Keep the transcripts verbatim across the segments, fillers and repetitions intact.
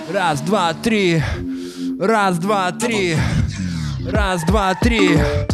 Раз, два, три. Раз, два, три. Раз, два, три.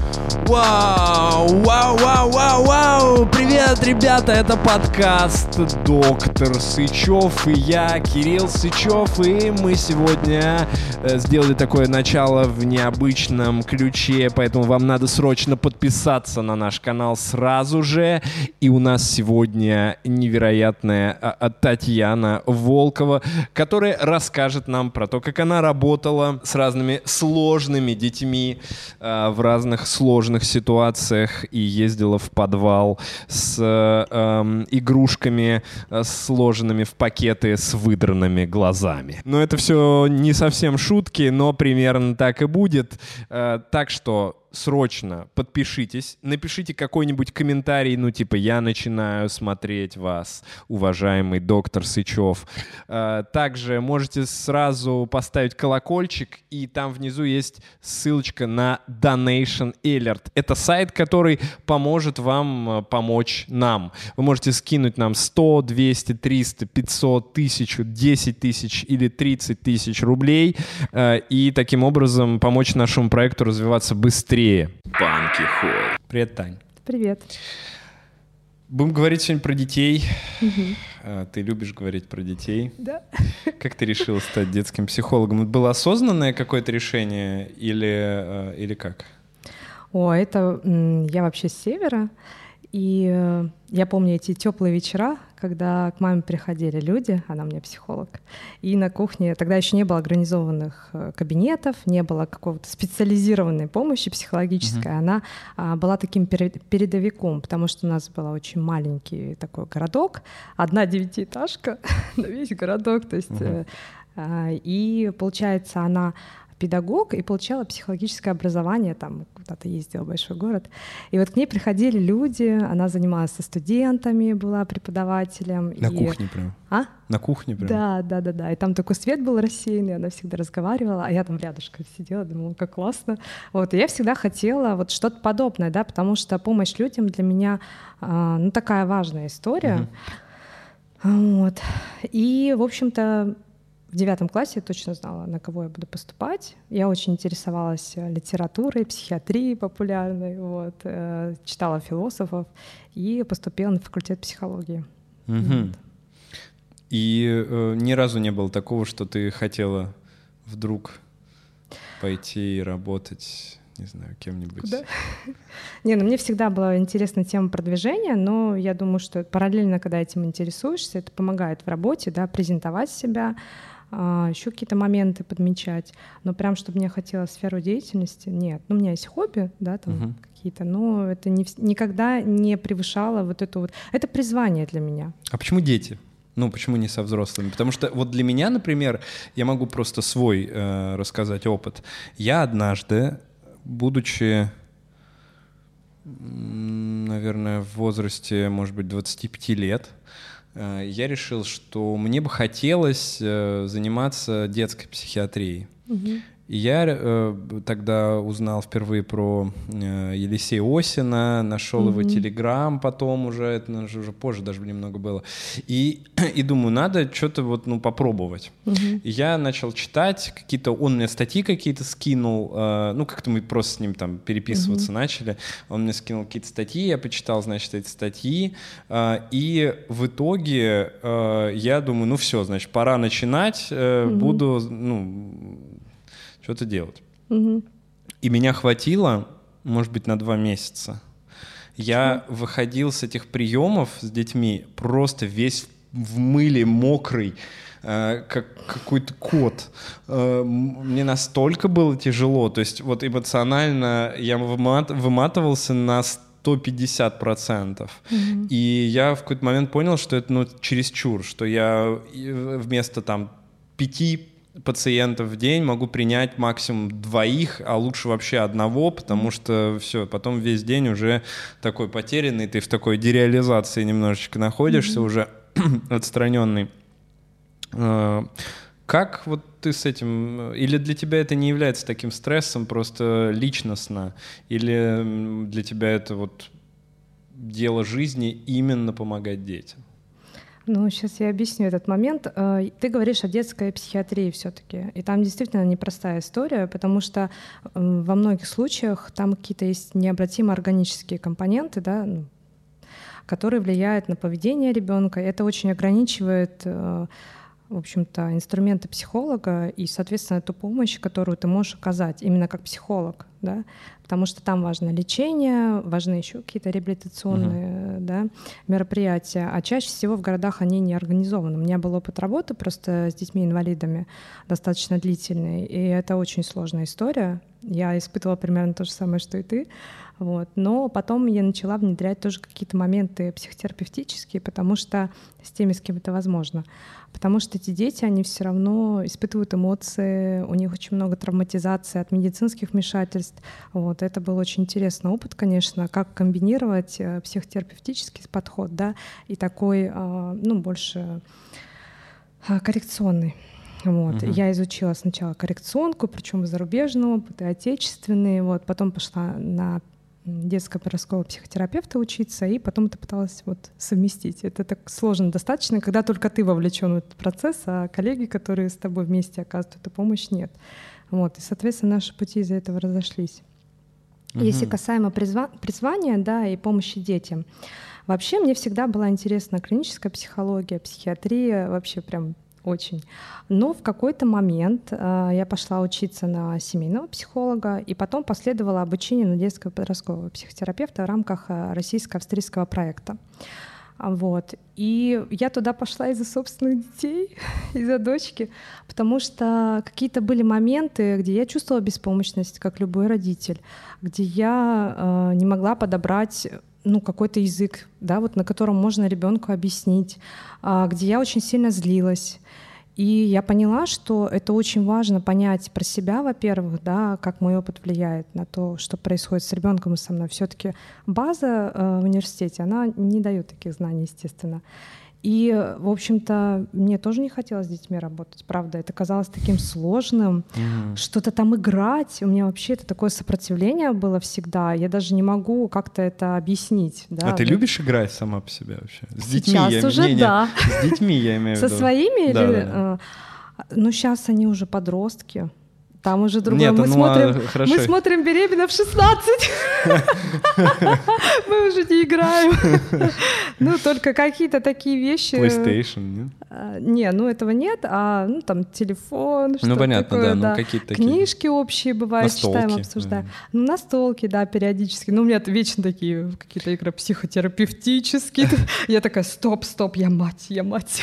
Вау, вау, вау, вау, вау. Привет, ребята, это подкаст «Доктор Сычев» и я, Кирилл Сычев. И мы сегодня сделали такое начало в необычном ключе, поэтому вам надо срочно подписаться на наш канал сразу же. И у нас сегодня невероятная Татьяна Волкова, которая расскажет нам про то, как она работала с разными сложными детьми в разных сложных ситуациях и ездила в подвал с э, игрушками, э, сложенными в пакеты с выдранными глазами. Но это все не совсем шутки, но примерно так и будет. Э, так что срочно подпишитесь, напишите какой-нибудь комментарий, ну типа «Я начинаю смотреть вас, уважаемый доктор Сычев». Также можете сразу поставить колокольчик, и там внизу есть ссылочка на Donation Alert. Это сайт, который поможет вам помочь нам. Вы можете скинуть нам сто, двести, триста, пятьсот, тысячу, десять тысяч или тридцать тысяч рублей, и таким образом помочь нашему проекту развиваться быстрее. Банки Холл. Привет, Тань. Привет. Будем говорить сегодня про детей. Угу. Ты любишь говорить про детей. Да. Как ты решила стать детским психологом? Это было осознанное какое-то решение или, или как? О, это я вообще с севера. И я помню эти теплые вечера, когда к маме приходили люди, она у меня психолог, и на кухне тогда еще не было организованных кабинетов, не было какого-то специализированной помощи психологической, uh-huh. она а, была таким передовиком, потому что у нас был очень маленький такой городок, одна девятиэтажка на весь городок, то есть, uh-huh. а, и получается она педагог и получала психологическое образование, там куда-то ездила в большой город. И вот к ней приходили люди, она занималась со студентами, была преподавателем. На и... кухне прям? А? На кухне прям? Да, да, да, да. И там такой свет был рассеянный, она всегда разговаривала, а я там рядышком сидела, думала, как классно. Вот, и я всегда хотела вот что-то подобное, да, потому что помощь людям для меня, а, ну, такая важная история. Uh-huh. Вот. И, в общем-то, в девятом классе я точно знала, на кого я буду поступать. Я очень интересовалась литературой, психиатрией популярной, вот, э, читала философов и поступила на факультет психологии. Угу. Вот. И э, ни разу не было такого, что ты хотела вдруг пойти и работать, не знаю, кем-нибудь? Куда? Не, ну мне всегда была интересна тема продвижения, но я думаю, что параллельно, когда этим интересуешься, это помогает в работе, да, презентовать себя, еще какие-то моменты подмечать, но прям, чтобы мне хотелось сферу деятельности, нет. Ну, у меня есть хобби, да, там uh-huh. какие-то, но это не, никогда не превышало вот это вот. Это призвание для меня. А почему дети? Ну, почему не со взрослыми? Потому что вот для меня, например, я могу просто свой э, рассказать опыт. Я однажды, будучи, наверное, в возрасте, может быть, двадцати пяти лет, я решил, что мне бы хотелось заниматься детской психиатрией. Угу. И я э, тогда узнал впервые про э, Елисея Осина, нашел mm-hmm. его телеграм потом уже, это уже позже даже немного было. И, и думаю, надо что-то вот, ну, попробовать. Mm-hmm. И я начал читать, какие-то, он мне статьи какие-то скинул, э, ну как-то мы просто с ним там переписываться mm-hmm. начали. Он мне скинул какие-то статьи, я почитал, значит, эти статьи. Э, и в итоге э, я думаю, ну все, значит, пора начинать, э, mm-hmm. буду, ну... что-то делать. Угу. И меня хватило, может быть, на два месяца. Я Что? выходил с этих приемов с детьми просто весь в мыле, мокрый, э, как какой-то кот. Э, мне настолько было тяжело, то есть вот эмоционально я вымат, выматывался на сто пятьдесят процентов. Mm-hmm. И я в какой-то момент понял, что это, ну, чересчур, что я вместо там пяти пациентов в день могу принять максимум двоих, а лучше вообще одного, потому что все, потом весь день уже такой потерянный, ты в такой дереализации немножечко находишься, mm-hmm. уже отстраненный. Как вот ты с этим... Или для тебя это не является таким стрессом просто личностно? Или для тебя это вот дело жизни именно помогать детям? Ну, сейчас я объясню этот момент. Ты говоришь о детской психиатрии все-таки, и там действительно непростая история, потому что во многих случаях там какие-то есть необратимо органические компоненты, да, которые влияют на поведение ребенка. Это очень ограничивает, в общем-то, инструменты психолога и, соответственно, ту помощь, которую ты можешь оказать именно как психолог, да, потому что там важно лечение, важны еще какие-то реабилитационные uh-huh. да, мероприятия, а чаще всего в городах они не организованы. У меня был опыт работы просто с детьми-инвалидами достаточно длительный, и это очень сложная история. Я испытывала примерно то же самое, что и ты. Вот. Но потом я начала внедрять тоже какие-то моменты психотерапевтические, потому что с теми, с кем это возможно. Потому что эти дети, они все равно испытывают эмоции, у них очень много травматизации от медицинских вмешательств. Вот. Это был очень интересный опыт, конечно, как комбинировать психотерапевтический подход, да, и такой, ну, больше коррекционный. Вот. Uh-huh. Я изучила сначала коррекционку, причем зарубежный опыт, и отечественный. Вот. Потом пошла на детско-подросткового психотерапевта учиться, и потом это пыталась вот совместить. Это так сложно достаточно, когда только ты вовлечен в этот процесс, а коллеги, которые с тобой вместе оказывают эту помощь, нет. Вот. И, соответственно, наши пути из-за этого разошлись. Uh-huh. Если касаемо призва- призвания, да, и помощи детям. Вообще мне всегда была интересна клиническая психология, психиатрия, вообще прям очень. Но в какой-то момент э, я пошла учиться на семейного психолога, и потом последовало обучение на детского подросткового психотерапевта в рамках российско-австрийского проекта. Вот. И я туда пошла из-за собственных детей, из-за дочки, потому что какие-то были моменты, где я чувствовала беспомощность, как любой родитель, где я э, не могла подобрать ну, какой-то язык, да, вот, на котором можно ребенку объяснить, э, где я очень сильно злилась. И я поняла, что это очень важно понять про себя, во-первых, да, как мой опыт влияет на то, что происходит с ребенком и со мной. Все-таки база э, в университете, она не дает таких знаний, естественно. И, в общем-то, мне тоже не хотелось с детьми работать, правда. Это казалось таким сложным, mm-hmm. что-то там играть. У меня вообще это такое сопротивление было всегда. Я даже не могу как-то это объяснить. Да? А ты любишь играть сама по себе вообще? С детьми? Сейчас я... уже, не, да. Не, с детьми я имею в виду. Со своими? Да, или... да, да. Ну, сейчас они уже подростки. Там уже другое. Нет, мы, ну, смотрим, а, мы смотрим «Беременна в шестнадцать». Мы уже не играем. Ну, только какие-то такие вещи. PlayStation, нет? Не, ну этого нет, а ну там телефон, что-то Ну, понятно, такое, да, да. Ну, какие-то такие. Книжки общие бывают, настолки, читаем, обсуждаем. Да. Ну, настолки, да, периодически. Ну, у меня вечно такие какие-то игры психотерапевтические. Я такая: стоп, стоп, я мать, я мать.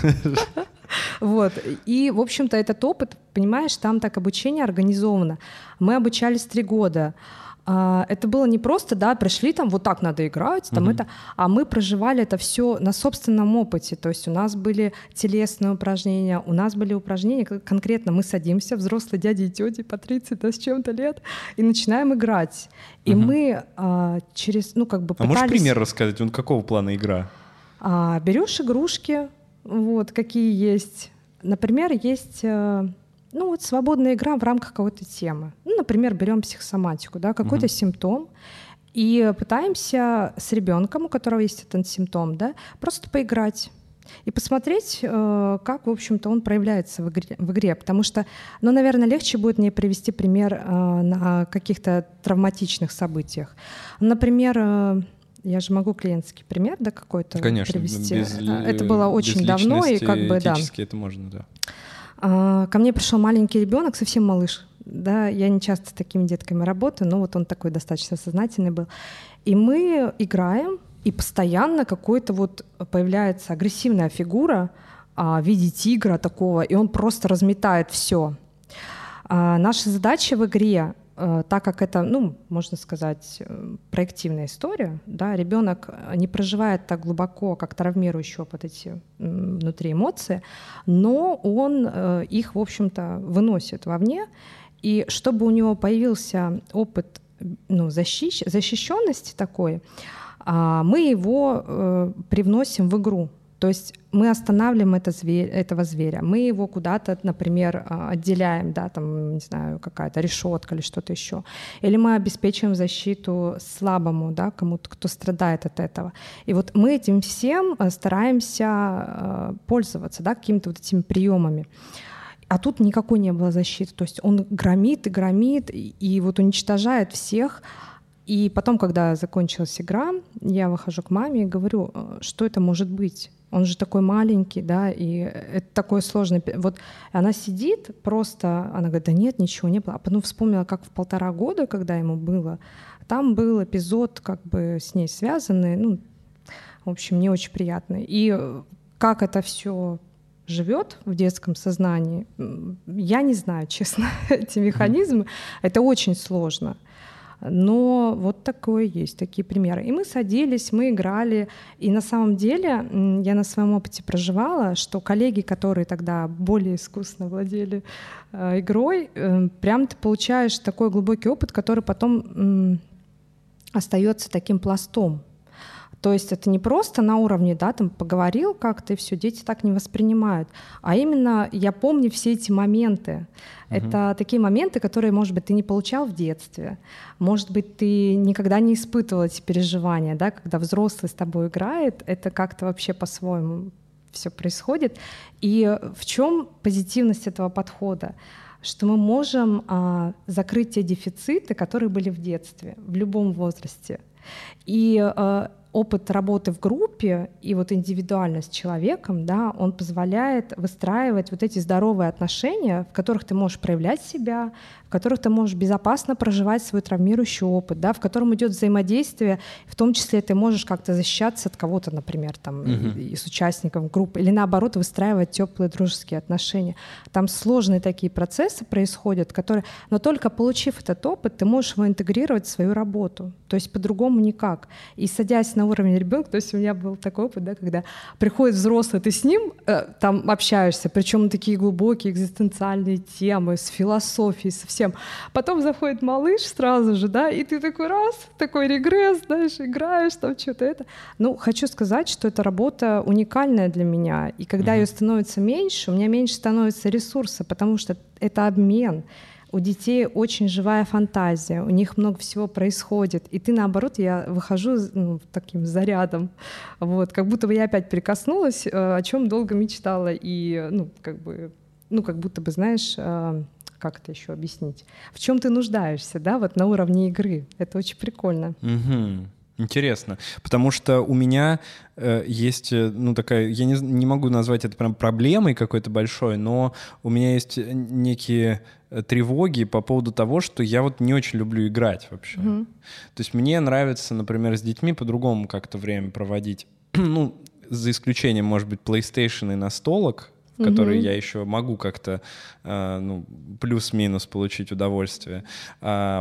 Вот. И, в общем-то, этот опыт, понимаешь, там так обучение организовано. Мы обучались три года. Это было не просто, да, пришли, там вот так надо играть, там uh-huh. это, а мы проживали это все на собственном опыте. То есть у нас были телесные упражнения, у нас были упражнения, конкретно мы садимся, взрослые дяди и тети по тридцать да, с чем-то лет, и начинаем играть. И uh-huh. мы а, через, ну как бы а пытались... можешь пример рассказать, он какого плана игра? А, берешь игрушки, вот, какие есть. Например, есть э, ну, вот свободная игра в рамках какой-то темы. Ну, например, берем психосоматику, да, какой-то uh-huh. симптом, и пытаемся с ребенком, у которого есть этот симптом, да, просто поиграть и посмотреть, э, как, в общем-то, он проявляется в игре, в игре. Потому что, ну, наверное, легче будет мне привести пример э, на каких-то травматичных событиях. Например, э, я же могу клиентский пример, да, какой-то Конечно, привести. Без, это было очень без давно, и как бы, да. это можно, да. А, ко мне пришел маленький ребенок, совсем малыш. Да, я не часто с такими детками работаю, но вот он такой достаточно сознательный был. И мы играем, и постоянно какой-то вот появляется агрессивная фигура а, в виде тигра такого, и он просто разметает все. А, наша задача в игре, так как это, ну, можно сказать, проективная история, да, ребенок не проживает так глубоко, как травмирующий опыт эти внутри эмоции, но он их, в общем-то, выносит вовне, и чтобы у него появился опыт, ну, защищ... защищенности такой, мы его привносим в игру. То есть мы останавливаем это зверь, этого зверя, мы его куда-то, например, отделяем, да, там, не знаю, какая-то решетка или что-то еще. Или мы обеспечиваем защиту слабому, да, кому-то, кто страдает от этого. И вот мы этим всем стараемся пользоваться, да, какими-то вот этими приемами. А тут никакой не было защиты. То есть он громит и громит, и, и вот уничтожает всех. И потом, когда закончилась игра, я выхожу к маме и говорю, что это может быть? Он же такой маленький, да, и это такое сложное. Вот она сидит просто, она говорит, да нет, ничего не было. А потом вспомнила, как в полтора года, когда ему было, там был эпизод как бы с ней связанный, ну, в общем, не очень приятный. И как это все живет в детском сознании, я не знаю, честно, эти механизмы. Это очень сложно. Но вот такое есть, такие примеры. И мы садились, мы играли. И на самом деле я на своем опыте проживала, что коллеги, которые тогда более искусно владели э, игрой, э, прям ты получаешь такой глубокий опыт, который потом э, остается таким пластом. То есть это не просто на уровне, да, там поговорил как-то, и все, дети так не воспринимают. А именно я помню все эти моменты. Uh-huh. Это такие моменты, которые, может быть, ты не получал в детстве. Может быть, ты никогда не испытывал эти переживания, да, когда взрослый с тобой играет, это как-то вообще по-своему все происходит. И в чем позитивность этого подхода? Что мы можем а, закрыть те дефициты, которые были в детстве, в любом возрасте. И а, опыт работы в группе и вот индивидуальность с человеком, да, он позволяет выстраивать вот эти здоровые отношения, в которых ты можешь проявлять себя, в которых ты можешь безопасно проживать свой травмирующий опыт, да, в котором идет взаимодействие, в том числе ты можешь как-то защищаться от кого-то, например, там, uh-huh. из участников группы, или наоборот выстраивать теплые дружеские отношения. Там сложные такие процессы происходят, которые, но только получив этот опыт, ты можешь его интегрировать в свою работу, то есть по-другому никак. И садясь на уровень ребенка, то есть у меня был такой опыт, да, когда приходит взрослый, ты с ним э, там общаешься, причем такие глубокие экзистенциальные темы, с философией, со всем. Потом заходит малыш сразу же, да, и ты такой раз, такой регресс, знаешь, играешь там что-то это. Ну, хочу сказать, что эта работа уникальная для меня, и когда mm-hmm. ее становится меньше, у меня меньше становится ресурса, потому что это обмен. У детей очень живая фантазия, у них много всего происходит. И ты, наоборот, я выхожу ну, таким зарядом, вот, как будто бы я опять прикоснулась, о чем долго мечтала. И, ну, как бы, ну, как будто бы, знаешь, как это еще объяснить? В чем ты нуждаешься, да, вот на уровне игры. Это очень прикольно. Угу. Интересно, потому что у меня э, есть, ну, такая, я не, не могу назвать это прям проблемой какой-то большой, но у меня есть некие тревоги по поводу того, что я вот не очень люблю играть вообще. Mm-hmm. То есть мне нравится, например, с детьми по-другому как-то время проводить. Ну, за исключением, может быть, PlayStation и настолок, в которые mm-hmm. я еще могу как-то э, ну, плюс-минус получить удовольствие. А,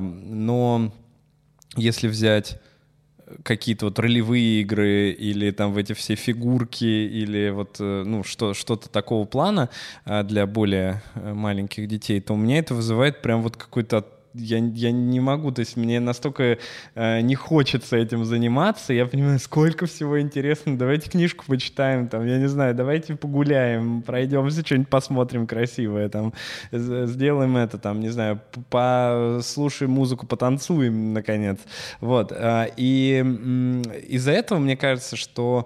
но если взять какие-то вот ролевые игры или там в эти все фигурки или вот ну что, что-то такого плана для более маленьких детей, то у меня это вызывает прям вот какой-то Я, я не могу, то есть мне настолько э, не хочется этим заниматься, я понимаю, сколько всего интересного, давайте книжку почитаем, там, я не знаю, давайте погуляем, пройдемся, что-нибудь посмотрим красивое, там, сделаем это, там, не знаю, послушаем музыку, потанцуем, наконец, вот, и из-за этого мне кажется, что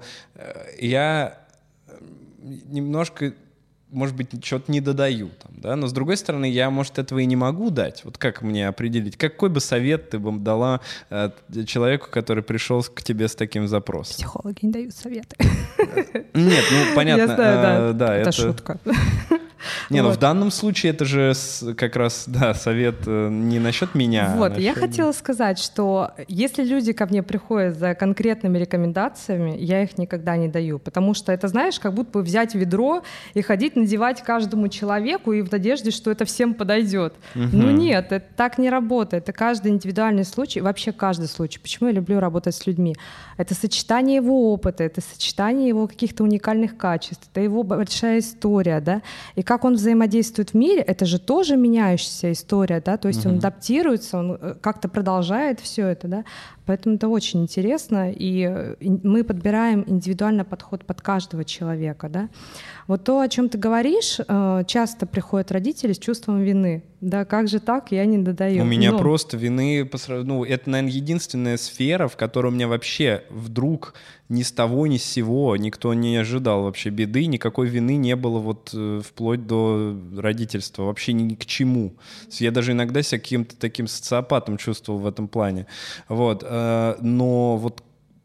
я немножко может быть, что-то не додаю, там, да? Но, с другой стороны, я, может, этого и не могу дать. Вот как мне определить? Какой бы совет ты бы дала э, человеку, который пришел к тебе с таким запросом? Психологи не дают советы. Нет, ну, понятно. Я знаю, да, да, это, это шутка. Не, вот. Ну в данном случае это же как раз, да, совет не насчет меня. Вот, а насчет... я хотела сказать, что если люди ко мне приходят за конкретными рекомендациями, я их никогда не даю, потому что это, знаешь, как будто бы взять ведро и ходить надевать каждому человеку и в надежде, что это всем подойдет. Угу. Ну нет, это так не работает. Это каждый индивидуальный случай, вообще каждый случай. Почему я люблю работать с людьми? Это сочетание его опыта, это сочетание его каких-то уникальных качеств, это его большая история, да, и как как он взаимодействует в мире, это же тоже меняющаяся история, да, то есть mm-hmm. он адаптируется, он как-то продолжает все это, да, поэтому это очень интересно, и мы подбираем индивидуальный подход под каждого человека, да. Вот то, о чем ты говоришь, часто приходят родители с чувством вины. Да, как же так, я не додаю. У меня Но... просто вины, ну, это, наверное, единственная сфера, в которой у меня вообще вдруг ни с того, ни с сего никто не ожидал вообще беды, никакой вины не было вот вплоть до родительства, вообще ни к чему. Я даже иногда себя каким-то таким социопатом чувствовал в этом плане. Вот. Но вот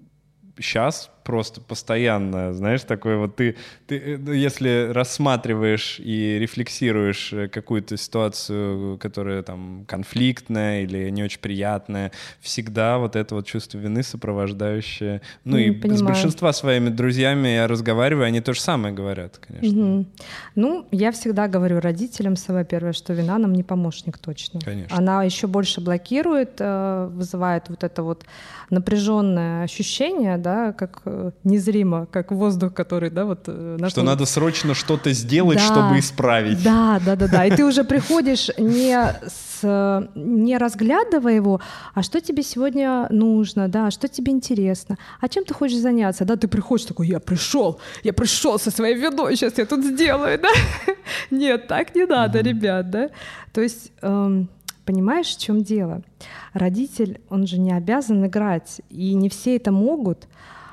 сейчас просто постоянно, знаешь, такое вот ты, ты, если рассматриваешь и рефлексируешь какую-то ситуацию, которая там конфликтная или не очень приятная, всегда вот это вот чувство вины сопровождающее. Ну mm, и понимаю. С большинства своими друзьями я разговариваю, они то же самое говорят, конечно. Mm-hmm. Ну, я всегда говорю родителям, самое первое, что вина нам не помощник точно. Конечно. Она еще больше блокирует, вызывает вот это вот напряженное ощущение, да, как незримо, как воздух, который, да, вот... Что пол... надо срочно что-то сделать, да, чтобы исправить. Да, да, да, да. И ты уже приходишь не, с, не разглядывая его, а что тебе сегодня нужно, да, что тебе интересно, а чем ты хочешь заняться, да, ты приходишь такой, я пришел, я пришел со своей виной, сейчас я тут сделаю, да. Нет, так не надо, mm-hmm. ребят, да. То есть... Эм, понимаешь, в чем дело? Родитель, он же не обязан играть, и не все это могут.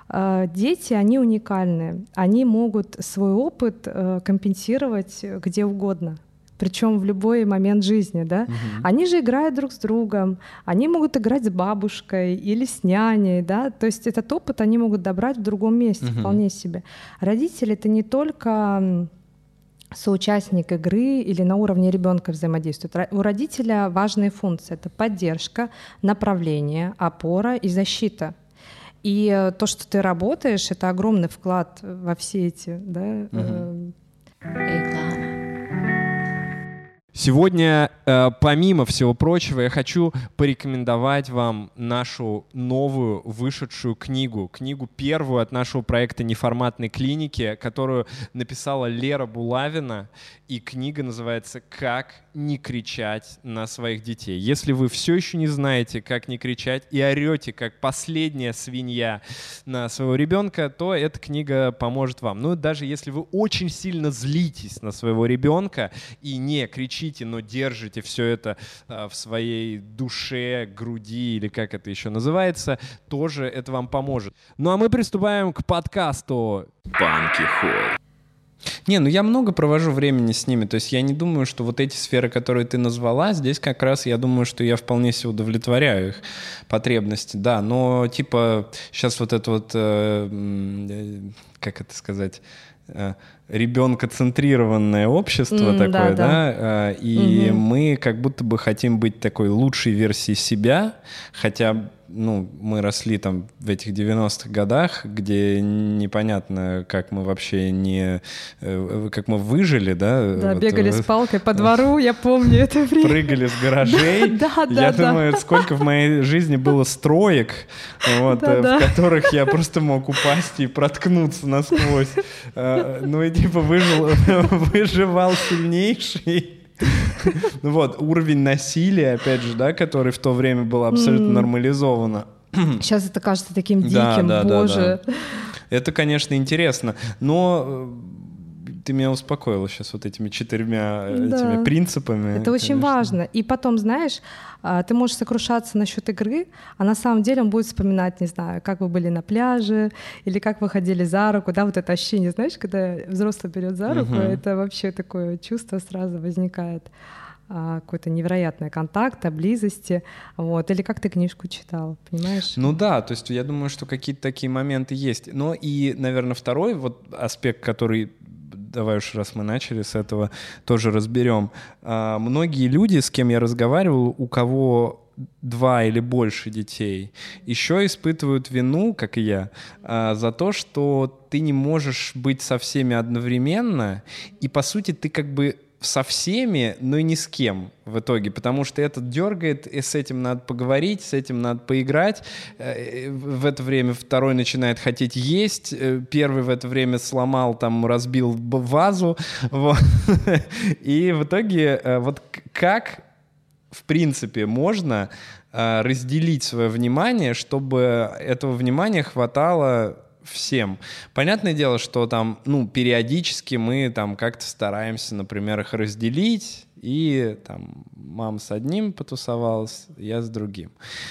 Дети, они уникальны, они могут свой опыт компенсировать где угодно, причем в любой момент жизни, да? Угу. Они же играют друг с другом, они могут играть с бабушкой или с няней, да? То есть этот опыт они могут добрать в другом месте, угу. вполне себе. Родители — это не только соучастник игры или на уровне ребенка взаимодействует. У родителя важные функции — это поддержка, направление, опора и защита. И то, что ты работаешь, это огромный вклад во все эти, да, угу. Сегодня, э, помимо всего прочего, я хочу порекомендовать вам нашу новую вышедшую книгу. Книгу первую от нашего проекта «Неформатной клиники», которую написала Лера Булавина. И книга называется «Как не кричать на своих детей». Если вы все еще не знаете, как не кричать, и орете, как последняя свинья на своего ребенка, то эта книга поможет вам. Ну, даже если вы очень сильно злитесь на своего ребенка и не кричите, но держите все это а, в своей душе, груди или как это еще называется, тоже это вам поможет. Ну а мы приступаем к подкасту «Банки Хой». Не, ну я много провожу времени с ними, то есть я не думаю, что вот эти сферы, которые ты назвала, здесь как раз я думаю, что я вполне себе удовлетворяю их потребности, да, но типа сейчас вот это вот, э, как это сказать... ребенкоцентрированное общество mm, такое, да, да. да? И угу. мы как будто бы хотим быть такой лучшей версией себя, хотя ну, мы росли там в этих девяностых годах, где непонятно, как мы вообще не... как мы выжили, да? Да, вот, бегали с палкой по двору, я помню это время. Прыгали с гаражей. Да, да, я да, думаю, да. сколько в моей жизни было строек, вот, да, в да. которых я просто мог упасть и проткнуться насквозь. Ну и типа выжил, выживал сильнейший. Вот, уровень насилия, опять же, да, который в то время был абсолютно mm. нормализовано. Сейчас это кажется таким диким, да, да, боже. Да, да. Это, конечно, интересно, но ты меня успокоила сейчас вот этими четырьмя да. этими принципами. Это очень конечно. Важно. И потом, знаешь, ты можешь сокрушаться насчет игры, а на самом деле он будет вспоминать, не знаю, как вы были на пляже или как вы ходили за руку, да, вот это ощущение, знаешь, когда взрослый берет за руку, uh-huh. это вообще такое чувство сразу возникает, какой-то невероятный контакт, о близости, вот, или как ты книжку читал, понимаешь? Ну да, то есть я думаю, что какие-то такие моменты есть. Но и, наверное, второй вот аспект, который давай уж, раз мы начали с этого, тоже разберем. А, многие люди, с кем я разговаривал, у кого два или больше детей, еще испытывают вину, как и я, а, за то, что ты не можешь быть со всеми одновременно, и, по сути, ты как бы со всеми, но и ни с кем в итоге, потому что этот дергает, и с этим надо поговорить, с этим надо поиграть. В это время второй начинает хотеть есть, первый в это время сломал, там, разбил вазу. Вот. И в итоге вот как, в принципе, можно разделить свое внимание, чтобы этого внимания хватало всем. Понятное дело, что там, ну, периодически мы там как-то стараемся, например, их разделить, и там мама с одним потусовалась, я с другим.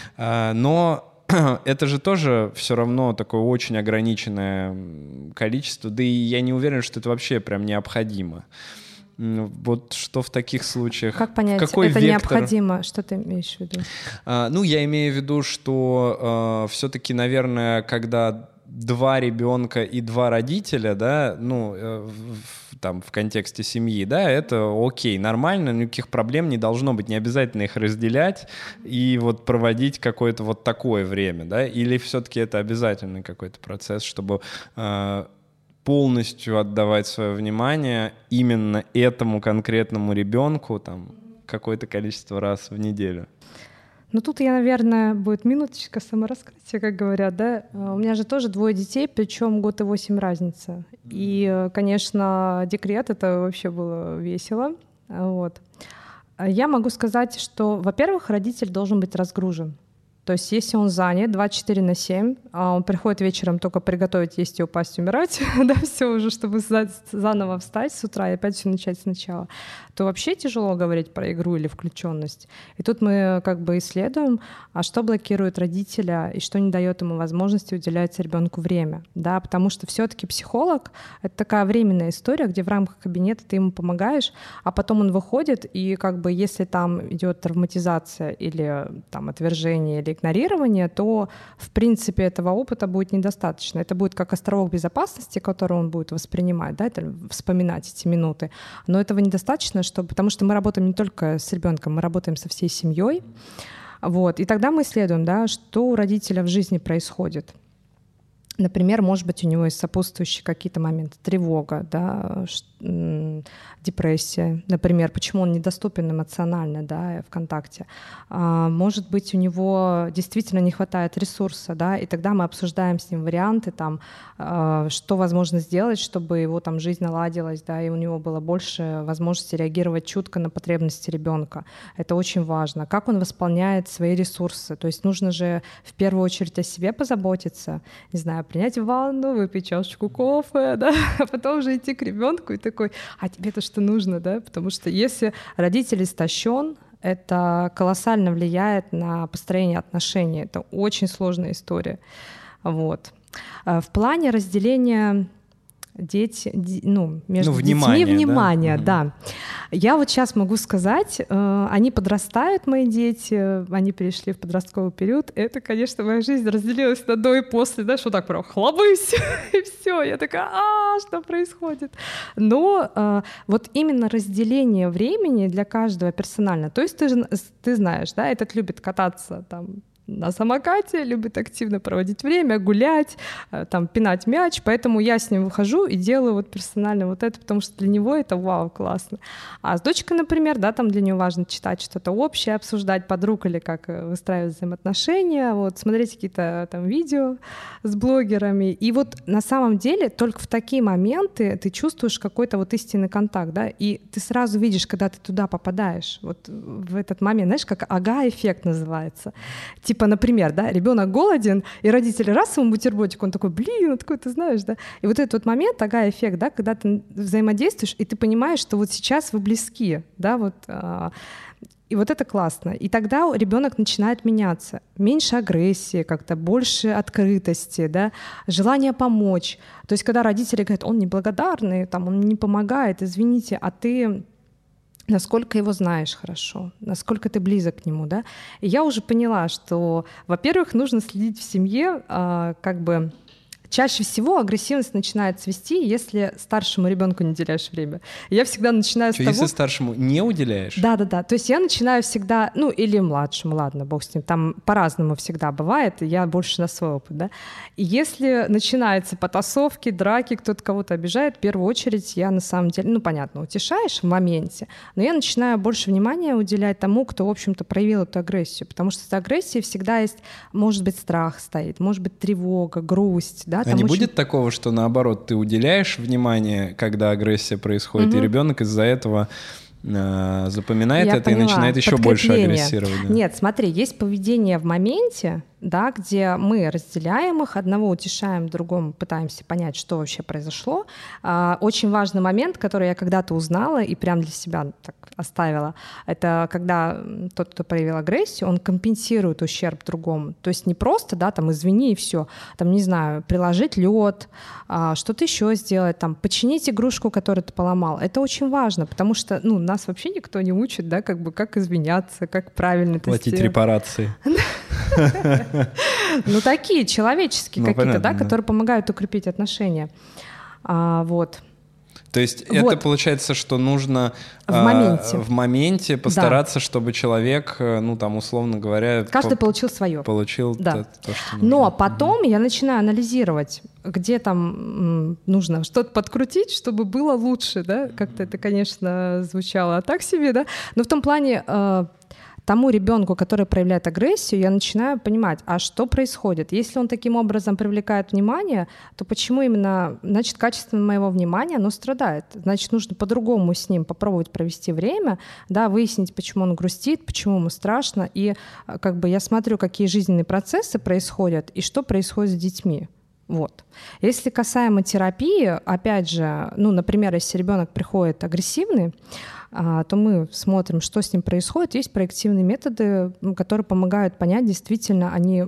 Но это же тоже все равно такое очень ограниченное количество, да и я не уверен, что это вообще прям необходимо. Вот что в таких случаях? Как понять, какой это вектор? Необходимо? Что ты имеешь в виду? А, ну, я имею в виду, что а, все-таки, наверное, когда два ребенка и два родителя, да, ну, в, там, в контексте семьи, да, это окей, нормально, никаких проблем не должно быть, не обязательно их разделять и вот проводить какое-то вот такое время, да, или все-таки это обязательный какой-то процесс, чтобы э, полностью отдавать свое внимание именно этому конкретному ребенку, там, какое-то количество раз в неделю. Ну, тут я, наверное, будет минуточка самораскрытия, как говорят, да. У меня же тоже двое детей, причем год и восемь разница. И, конечно, декрет — это вообще было весело. Вот. Я могу сказать, что, во-первых, родитель должен быть разгружен. То есть если он занят двадцать четыре на семь, а он приходит вечером только приготовить, есть и упасть, умирать, да, все уже, чтобы заново встать с утра и опять все начать сначала, то вообще тяжело говорить про игру или включенность. И тут мы как бы исследуем, а что блокирует родителя и что не дает ему возможности уделять ребенку время, да, потому что все-таки психолог — это такая временная история, где в рамках кабинета ты ему помогаешь, а потом он выходит, и как бы если там идет травматизация или там отвержение или игнорирование, то, в принципе, этого опыта будет недостаточно. Это будет как островок безопасности, который он будет воспринимать, да, это, вспоминать эти минуты. Но этого недостаточно, чтобы, потому что мы работаем не только с ребенком, мы работаем со всей семьей. Вот. И тогда мы исследуем, да, что у родителя в жизни происходит. Например, может быть, у него есть сопутствующие какие-то моменты, тревога, да, депрессия, например, почему он недоступен эмоционально, да, в контакте. А, может быть, у него действительно не хватает ресурса, да, и тогда мы обсуждаем с ним варианты, там, а, что возможно сделать, чтобы его там жизнь наладилась, да, и у него было больше возможности реагировать чутко на потребности ребенка. Это очень важно. Как он восполняет свои ресурсы, то есть нужно же в первую очередь о себе позаботиться, не знаю, принять ванну, выпить чашечку кофе, да, а потом уже идти к ребенку и такой, а тебе-то что нужно, да, потому что если родитель истощен, это колоссально влияет на построение отношений, это очень сложная история, вот. В плане разделения дети, ну, между ну, детьми внимание, внимание, да? да. Я вот сейчас могу сказать, э, они подрастают, мои дети, они перешли в подростковый период. Это, конечно, моя жизнь разделилась на до и после, да, что так прям хлобысь, и все. Я такая, а, что происходит? Но э, вот именно разделение времени для каждого персонально. То есть ты, ты знаешь, да, этот любит кататься там на самокате, любит активно проводить время, гулять, там, пинать мяч, поэтому я с ним выхожу и делаю вот персонально вот это, потому что для него это вау, классно. А с дочкой, например, да, там для нее важно читать что-то общее, обсуждать подруг или как выстраивать взаимоотношения, вот, смотреть какие-то там видео с блогерами. И вот на самом деле только в такие моменты ты чувствуешь какой-то вот истинный контакт, да, и ты сразу видишь, когда ты туда попадаешь, вот в этот момент, знаешь, как ага-эффект называется. Типа, например, да, ребенок голоден, и родители раз ему бутербродик, он такой, блин, ну такой, ты знаешь, да. И вот этот вот момент, ага-эффект, да, когда ты взаимодействуешь, и ты понимаешь, что вот сейчас вы близки, да, вот. А, и вот это классно. И тогда ребенок начинает меняться. Меньше агрессии, как-то больше открытости, да, желание помочь. То есть когда родители говорят, он неблагодарный, там, он не помогает, извините, а ты насколько его знаешь хорошо, насколько ты близок к нему, да. И я уже поняла, что, во-первых, нужно следить в семье, а, как бы Чаще всего агрессивность начинает цвести, если старшему ребенку не уделяешь время. Я всегда начинаю Что, с того... если старшему не уделяешь? Да-да-да. То есть я начинаю всегда... Ну, или младшему, ладно, бог с ним. Там по-разному всегда бывает. Я больше на свой опыт, да. И если начинаются потасовки, драки, кто-то кого-то обижает, в первую очередь я на самом деле... Ну, понятно, утешаешь в моменте, но я начинаю больше внимания уделять тому, кто, в общем-то, проявил эту агрессию. Потому что за агрессией всегда есть, может быть, страх стоит, может быть, тревога, грусть, да. А там не очень... будет такого, что наоборот ты уделяешь внимание, когда агрессия происходит, угу. и ребенок из-за этого э, запоминает Я это поняла. и начинает еще больше агрессировать? Да? Нет, смотри, есть поведение в моменте, да, где мы разделяем их, одного утешаем, другому пытаемся понять, что вообще произошло. А, очень важный момент, который я когда-то узнала и прям для себя так оставила, это когда тот, кто проявил агрессию, он компенсирует ущерб другому. То есть не просто, да, там, извини и все, там, не знаю, приложить лед, а, что-то еще сделать, там, починить игрушку, которую ты поломал. Это очень важно, потому что, ну, нас вообще никто не учит, да, как бы, как извиняться, как правильно это сделать. Платить репарации. Ну, такие человеческие ну, какие-то, понятно, да, да, которые помогают укрепить отношения. А, вот. То есть вот. это получается, что нужно в а, моменте, в моменте постараться, да. чтобы человек, ну, там, условно говоря... Каждый по- получил свое. Получил да. то, то, что нужно. Но потом mm-hmm. я начинаю анализировать, где там м, нужно что-то подкрутить, чтобы было лучше, да. Как-то это, конечно, звучало так себе, да. Но в том плане... Э, тому ребенку, который проявляет агрессию, я начинаю понимать, а что происходит? Если он таким образом привлекает внимание, то почему именно, значит, качество моего внимания, оно страдает. Значит, нужно по-другому с ним попробовать провести время, да, выяснить, почему он грустит, почему ему страшно. И как бы я смотрю, какие жизненные процессы происходят и что происходит с детьми. Вот. Если касаемо терапии, опять же, ну, например, если ребенок приходит агрессивный, то мы смотрим, что с ним происходит. Есть проективные методы, которые помогают понять, действительно, они,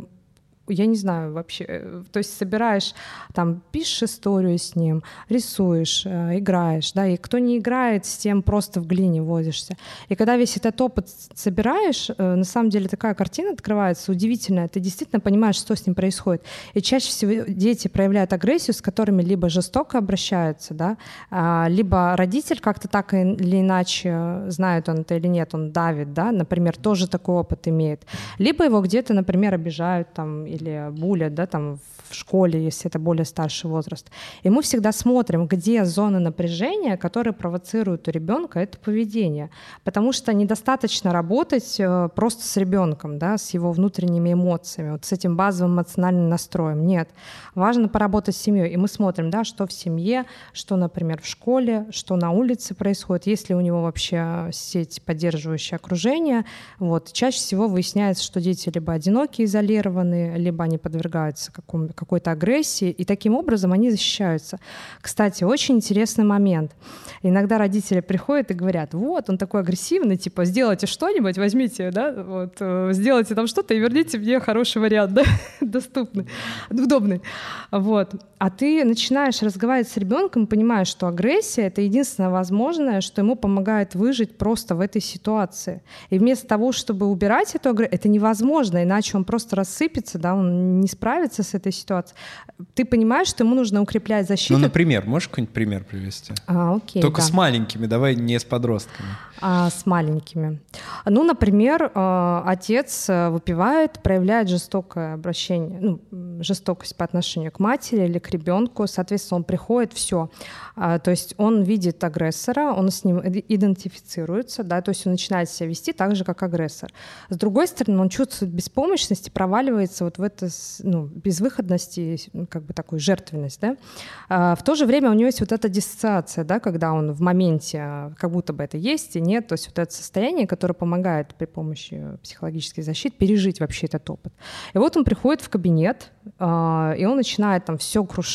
я не знаю вообще, то есть собираешь, там, пишешь историю с ним, рисуешь, играешь, да, и кто не играет, с тем просто в глине возишься. И когда весь этот опыт собираешь, на самом деле такая картина открывается удивительная, ты действительно понимаешь, что с ним происходит. И чаще всего дети проявляют агрессию, с которыми либо жестоко обращаются, да, либо родитель как-то так или иначе, знает он это или нет, он давит, да, например, тоже такой опыт имеет. Либо его где-то, например, обижают там, или булят, да, там в школе, если это более старший возраст. И мы всегда смотрим, где зоны напряжения, которые провоцируют у ребенка это поведение. Потому что недостаточно работать просто с ребенком, да, с его внутренними эмоциями, вот с этим базовым эмоциональным настроем. Нет. Важно поработать с семьей. И мы смотрим, да, что в семье, что, например, в школе, что на улице происходит, есть ли у него вообще сеть, поддерживающее окружение. Вот. Чаще всего выясняется, что дети либо одинокие, изолированные, либо они подвергаются какому, какой-то агрессии, и таким образом они защищаются. Кстати, очень интересный момент. Иногда родители приходят и говорят, вот, он такой агрессивный, типа, сделайте что-нибудь, возьмите, да, вот, сделайте там что-то и верните мне хороший вариант, да, доступный, удобный. Вот. А ты начинаешь разговаривать с ребенком и понимаешь, что агрессия — это единственное возможное, что ему помогает выжить просто в этой ситуации. И вместо того, чтобы убирать эту агрессию, это невозможно, иначе он просто рассыпется, да, он не справится с этой ситуацией. Ты понимаешь, что ему нужно укреплять защиту. Ну, например, можешь какой-нибудь пример привести? А, окей, Только да. с маленькими, давай не с подростками. А, с маленькими. Ну, например, отец выпивает, проявляет жестокое обращение, ну, жестокость по отношению к матери или к ребенку. Соответственно, он приходит, все. То есть он видит агрессора, он с ним идентифицируется, да, то есть он начинает себя вести так же, как агрессор. С другой стороны, он чувствует беспомощность и проваливается вот в это, ну, безвыходность и как бы такую жертвенность, да. В то же время у него есть вот эта диссоциация, да, когда он в моменте как будто бы это есть и нет, то есть вот это состояние, которое помогает при помощи психологической защиты пережить вообще этот опыт. И вот он приходит в кабинет, и он начинает там все крушить,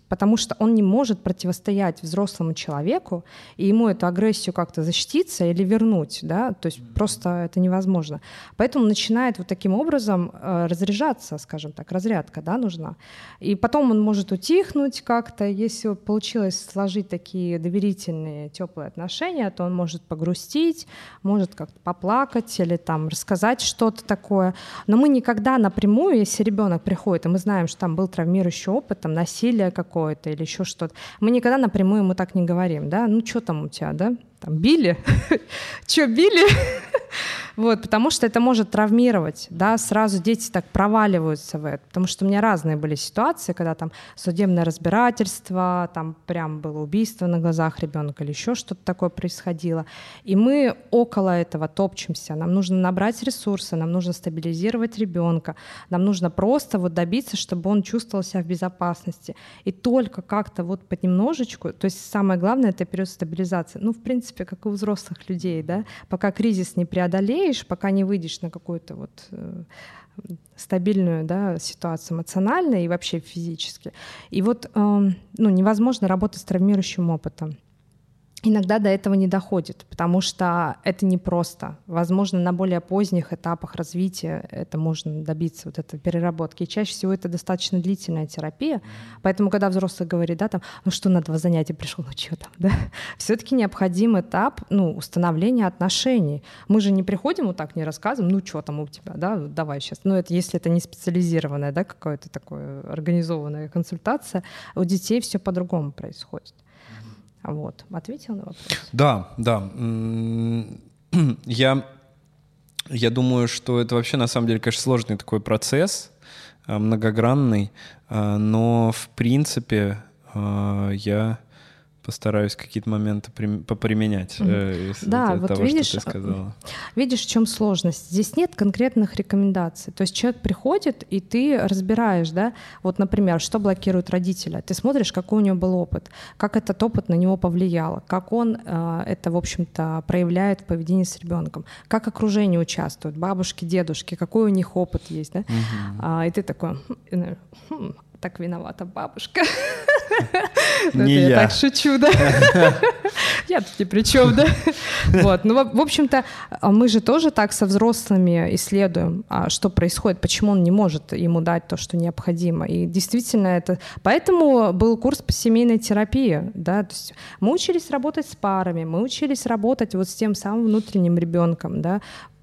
потому что он не может противостоять взрослому человеку и ему эту агрессию как-то защититься или вернуть, да, то есть просто это невозможно. Поэтому начинает вот таким образом э, разряжаться, скажем так, разрядка, да, нужна. И потом он может утихнуть как-то, если получилось сложить такие доверительные, теплые отношения, то он может погрустить, может как-то поплакать или там рассказать что-то такое. Но мы никогда напрямую, если ребенок приходит, и мы знаем, что там был травмирующий опыт, там насилие какое-то или еще что-то, мы никогда напрямую ему так не говорим, да, ну что там у тебя, да, там били, что били? Вот, потому что это может травмировать, да, сразу дети так проваливаются в это, потому что у меня разные были ситуации, когда там судебное разбирательство, там прям было убийство на глазах ребенка или еще что-то такое происходило, и мы около этого топчемся, нам нужно набрать ресурсы, нам нужно стабилизировать ребенка, нам нужно просто вот добиться, чтобы он чувствовал себя в безопасности, и только как-то вот понемножечку, то есть самое главное — это период стабилизации, ну, в принципе, как и у взрослых людей, да, пока кризис не преодолеешь, пока не выйдешь на какую-то вот э, стабильную, да, ситуацию эмоционально и вообще физически. И вот э, ну, невозможно работать с травмирующим опытом. Иногда до этого не доходит, потому что это непросто. Возможно, на более поздних этапах развития это можно добиться, вот этой переработки. И чаще всего это достаточно длительная терапия. Поэтому, когда взрослый говорит, да, там, ну что, на два занятия пришел, ну что там, да, все-таки необходим этап, ну, установления отношений. Мы же не приходим вот так, не рассказываем, ну что там у тебя, да, давай сейчас. Ну, это если это не специализированная, да, какая-то такая организованная консультация, у детей все по-другому происходит. Вот. Ответил на вопрос? Да, да. Я, я думаю, что это вообще на самом деле, конечно, сложный такой процесс, многогранный, но в принципе я постараюсь какие-то моменты поприменять mm-hmm. из да, вот вот того, видишь, что ты сказала. Видишь, в чем сложность? Здесь нет конкретных рекомендаций. То есть человек приходит, и ты разбираешь, да, вот, например, что блокирует родителя. Ты смотришь, какой у него был опыт, как этот опыт на него повлиял, как он э, это, в общем-то, проявляет в поведении с ребенком, как окружение участвует, бабушки, дедушки, какой у них опыт есть, да? Mm-hmm. А, и ты такой, хм, так виновата бабушка. Не я. Я так шучу, да? Я тут ни при чем, да? Вот. Ну, в общем-то, мы же тоже так со взрослыми исследуем, что происходит, почему он не может ему дать то, что необходимо. И действительно это... Поэтому был курс по семейной терапии, да? То есть мы учились работать с парами, мы учились работать вот с тем самым внутренним ребенком, да?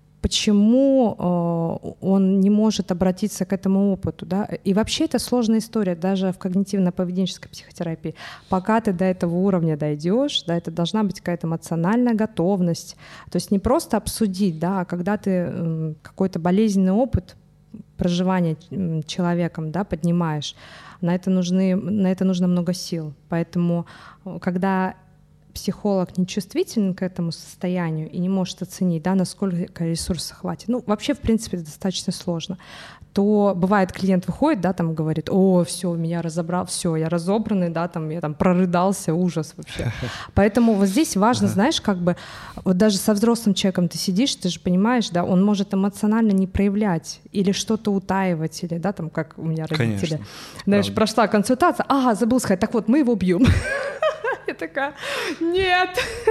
Почему э, он не может обратиться к этому опыту, да? И вообще это сложная история, даже в когнитивно-поведенческой психотерапии. Пока ты до этого уровня дойдешь, да, это должна быть какая-то эмоциональная готовность. То есть не просто обсудить, да, а когда ты э, какой-то болезненный опыт проживания э, человеком, да, поднимаешь, на это нужны, на это нужно много сил. Поэтому когда психолог не чувствителен к этому состоянию и не может оценить, да, насколько ресурсов хватит, ну, вообще, в принципе, это достаточно сложно, то бывает, клиент выходит, да, там говорит, о, все, меня разобрал, все, я разобранный, да, там, я там прорыдался, ужас вообще. Поэтому вот здесь важно, знаешь, как бы, вот даже со взрослым человеком ты сидишь, ты же понимаешь, да, он может эмоционально не проявлять или что-то утаивать, или, да, там, как у меня родители. Конечно, знаешь, правда. Прошла консультация, ага, забыл сказать, так вот, мы его бьем. Я такая, нет.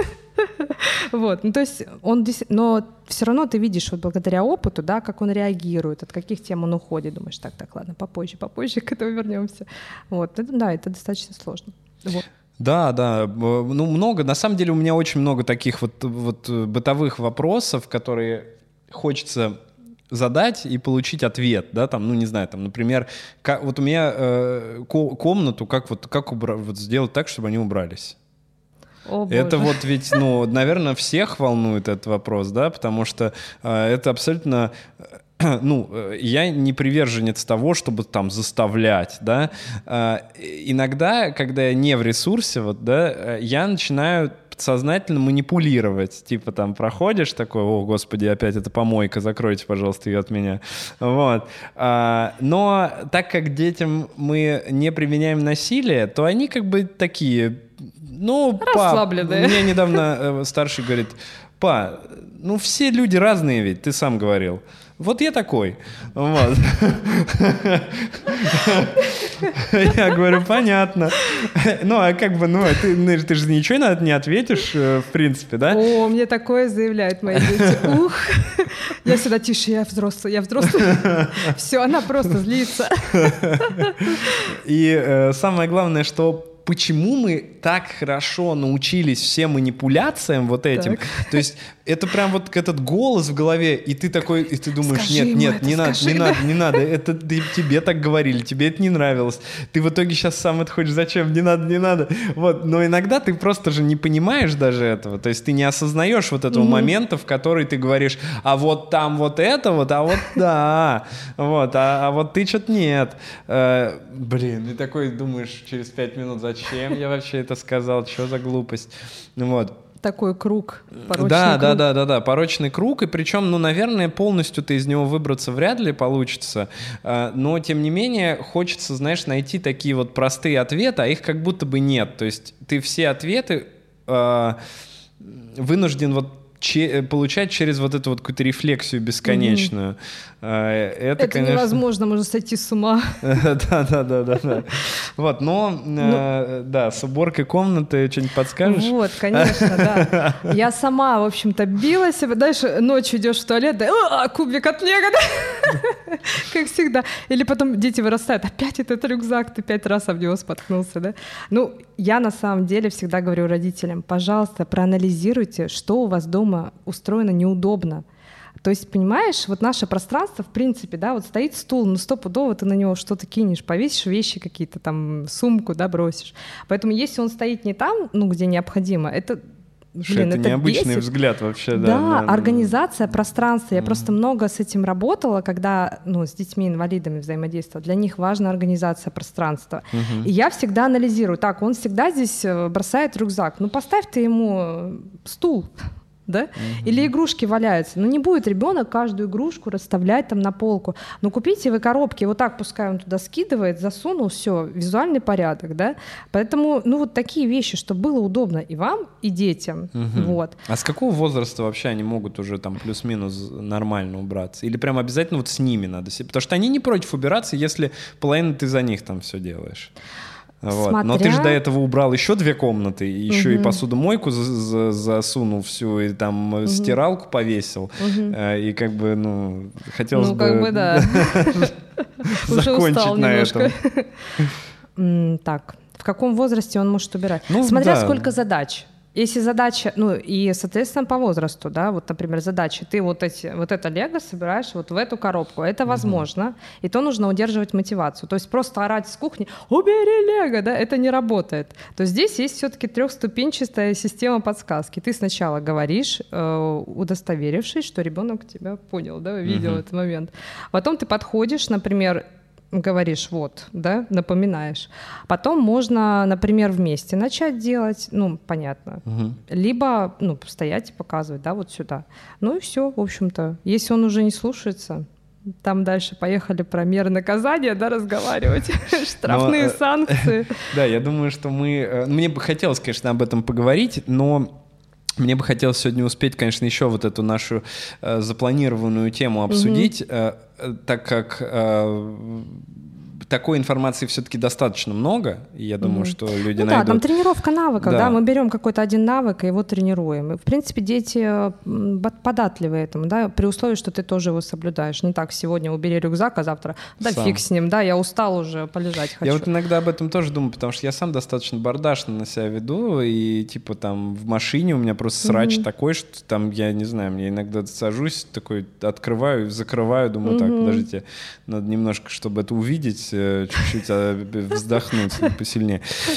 Вот, ну то есть он, но все равно ты видишь вот благодаря опыту, да, как он реагирует, от каких тем он уходит, думаешь, так, так, ладно, попозже, попозже к этому вернемся. Вот, это, да, это достаточно сложно. Вот. Да, да, ну много, на самом деле у меня очень много таких вот, вот бытовых вопросов, которые хочется задать и получить ответ, да, там, ну, не знаю, там, например, как, вот у меня э, ко- комнату, как вот, как убра- вот сделать так, чтобы они убрались? О, это Боже. вот ведь, ну, наверное, всех волнует этот вопрос, да, потому что э, это абсолютно... Ну, я не приверженец того, чтобы там заставлять, да. Иногда, когда я не в ресурсе, вот, да, я начинаю подсознательно манипулировать. Типа там проходишь такой, о, господи, опять эта помойка, закройте, пожалуйста, ее от меня. Вот. Но так как детям мы не применяем насилие, то они как бы такие, ну, расслабленные. Па, мне недавно старший говорит, па, ну все люди разные ведь, ты сам говорил. Вот я такой. Вот. Я говорю, понятно. Ну, а как бы, ну, ты, ты же ничего не ответишь, в принципе, да? О, мне такое заявляют мои дети. Ух, я всегда тише, я взрослый, я взрослый. Все, она просто злится. И э, самое главное, что почему мы так хорошо научились всем манипуляциям вот этим, так. То есть это прям вот этот голос в голове, и ты такой, и ты думаешь, скажи нет, нет, не надо, не надо, не надо, это тебе так говорили, тебе это не нравилось, ты в итоге сейчас сам это хочешь, зачем, не надо, не надо, вот, но иногда ты просто же не понимаешь даже этого, то есть ты не осознаешь вот этого mm-hmm. момента, в который ты говоришь, а вот там вот это вот, а вот да, вот, а, а вот ты что-то нет, э, блин, ты такой думаешь через пять минут, зачем я вообще это сказал, что за глупость, вот. Такой круг, порочный да, круг. Да, да, да, да, порочный круг, и причем, ну, наверное, полностью ты из него выбраться вряд ли получится, но, тем не менее, хочется, знаешь, найти такие вот простые ответы, а их как будто бы нет, то есть ты все ответы э, вынужден вот че- получать через вот эту вот какую-то рефлексию бесконечную. Mm-hmm. Это, Это конечно... невозможно, можно сойти с ума. Да, да, да, да, да. Вот, но, ну, да, с уборкой комнаты что-нибудь подскажешь? Вот, конечно, да. Я сама, в общем-то, била себя. Дальше ночью идешь в туалет, да, а, кубик от лего, да? Как всегда. Или потом дети вырастают, опять этот рюкзак, ты пять раз об него споткнулся, да? Ну, я на самом деле всегда говорю родителям, пожалуйста, проанализируйте, что у вас дома устроено неудобно. То есть, понимаешь, вот наше пространство, в принципе, да, вот стоит стул, ну стопудово ты на него что-то кинешь, повесишь вещи какие-то, там, сумку, да, бросишь. Поэтому если он стоит не там, ну, где необходимо, это... Блин, это, это необычный бесит. Взгляд вообще, да. Да, на, организация пространства. Я mm-hmm. просто много с этим работала, когда, ну, с детьми-инвалидами взаимодействовала. Для них важна организация пространства. Mm-hmm. И я всегда анализирую. Так, он всегда здесь бросает рюкзак. Ну, поставь ты ему стул. Да? Mm-hmm. Или игрушки валяются. Ну не будет ребенок каждую игрушку расставлять там на полку. Ну купите вы коробки, вот так пускай он туда скидывает, засунул, все, визуальный порядок, да. Поэтому, ну вот такие вещи, чтобы было удобно и вам, и детям. Mm-hmm. Вот. А с какого возраста вообще они могут уже там плюс-минус нормально убраться? Или прям обязательно вот с ними надо? Потому что они не против убираться, если половину ты за них там все делаешь. Вот. Смотря... Но ты же до этого убрал еще две комнаты, еще угу. и посудомойку за- за- засунул всю, и там угу. стиралку повесил, угу. и как бы, ну, хотелось ну, бы... Ну, как бы, да. закончить на этом. Так, в каком возрасте он может убирать? Смотря сколько задач. Если задача, ну и, соответственно, по возрасту, да, вот, например, задача, ты вот, эти, вот это лего собираешь вот в эту коробку, это возможно, mm-hmm. и то нужно удерживать мотивацию. То есть просто орать с кухни «убери лего», да, это не работает. То здесь есть все-таки трехступенчатая система подсказки. Ты сначала говоришь, э, удостоверившись, что ребенок тебя понял, да, увидел mm-hmm. этот момент. Потом ты подходишь, например, говоришь, вот, да, напоминаешь. Потом можно, например, вместе начать делать, ну, понятно. Угу. Либо, ну, стоять и показывать, да, вот сюда. Ну и все, в общем-то. Если он уже не слушается, там дальше поехали про меры наказания, да, разговаривать, штрафные санкции. Да, я думаю, что мы... Мне бы хотелось, конечно, об этом поговорить, но... Мне бы хотелось сегодня успеть, конечно, еще вот эту нашу э, запланированную тему обсудить, mm-hmm. э, так как э, такой информации все-таки достаточно много, и я думаю, mm-hmm. что люди ну найдут... да, там тренировка навыков, да. да, мы берем какой-то один навык и его тренируем. И, в принципе, дети податливы этому, да, при условии, что ты тоже его соблюдаешь. Не так, сегодня убери рюкзак, а завтра, да сам. Фиг с ним, да, я устал уже, полежать хочу. Я вот иногда об этом тоже думаю, потому что я сам достаточно бардашно на себя веду, и типа там в машине у меня просто срач mm-hmm. такой, что там, я не знаю, мне иногда сажусь, такой открываю, закрываю, думаю, mm-hmm. так, подождите, надо немножко, чтобы это увидеть, чуть-чуть вздохнуть посильнее.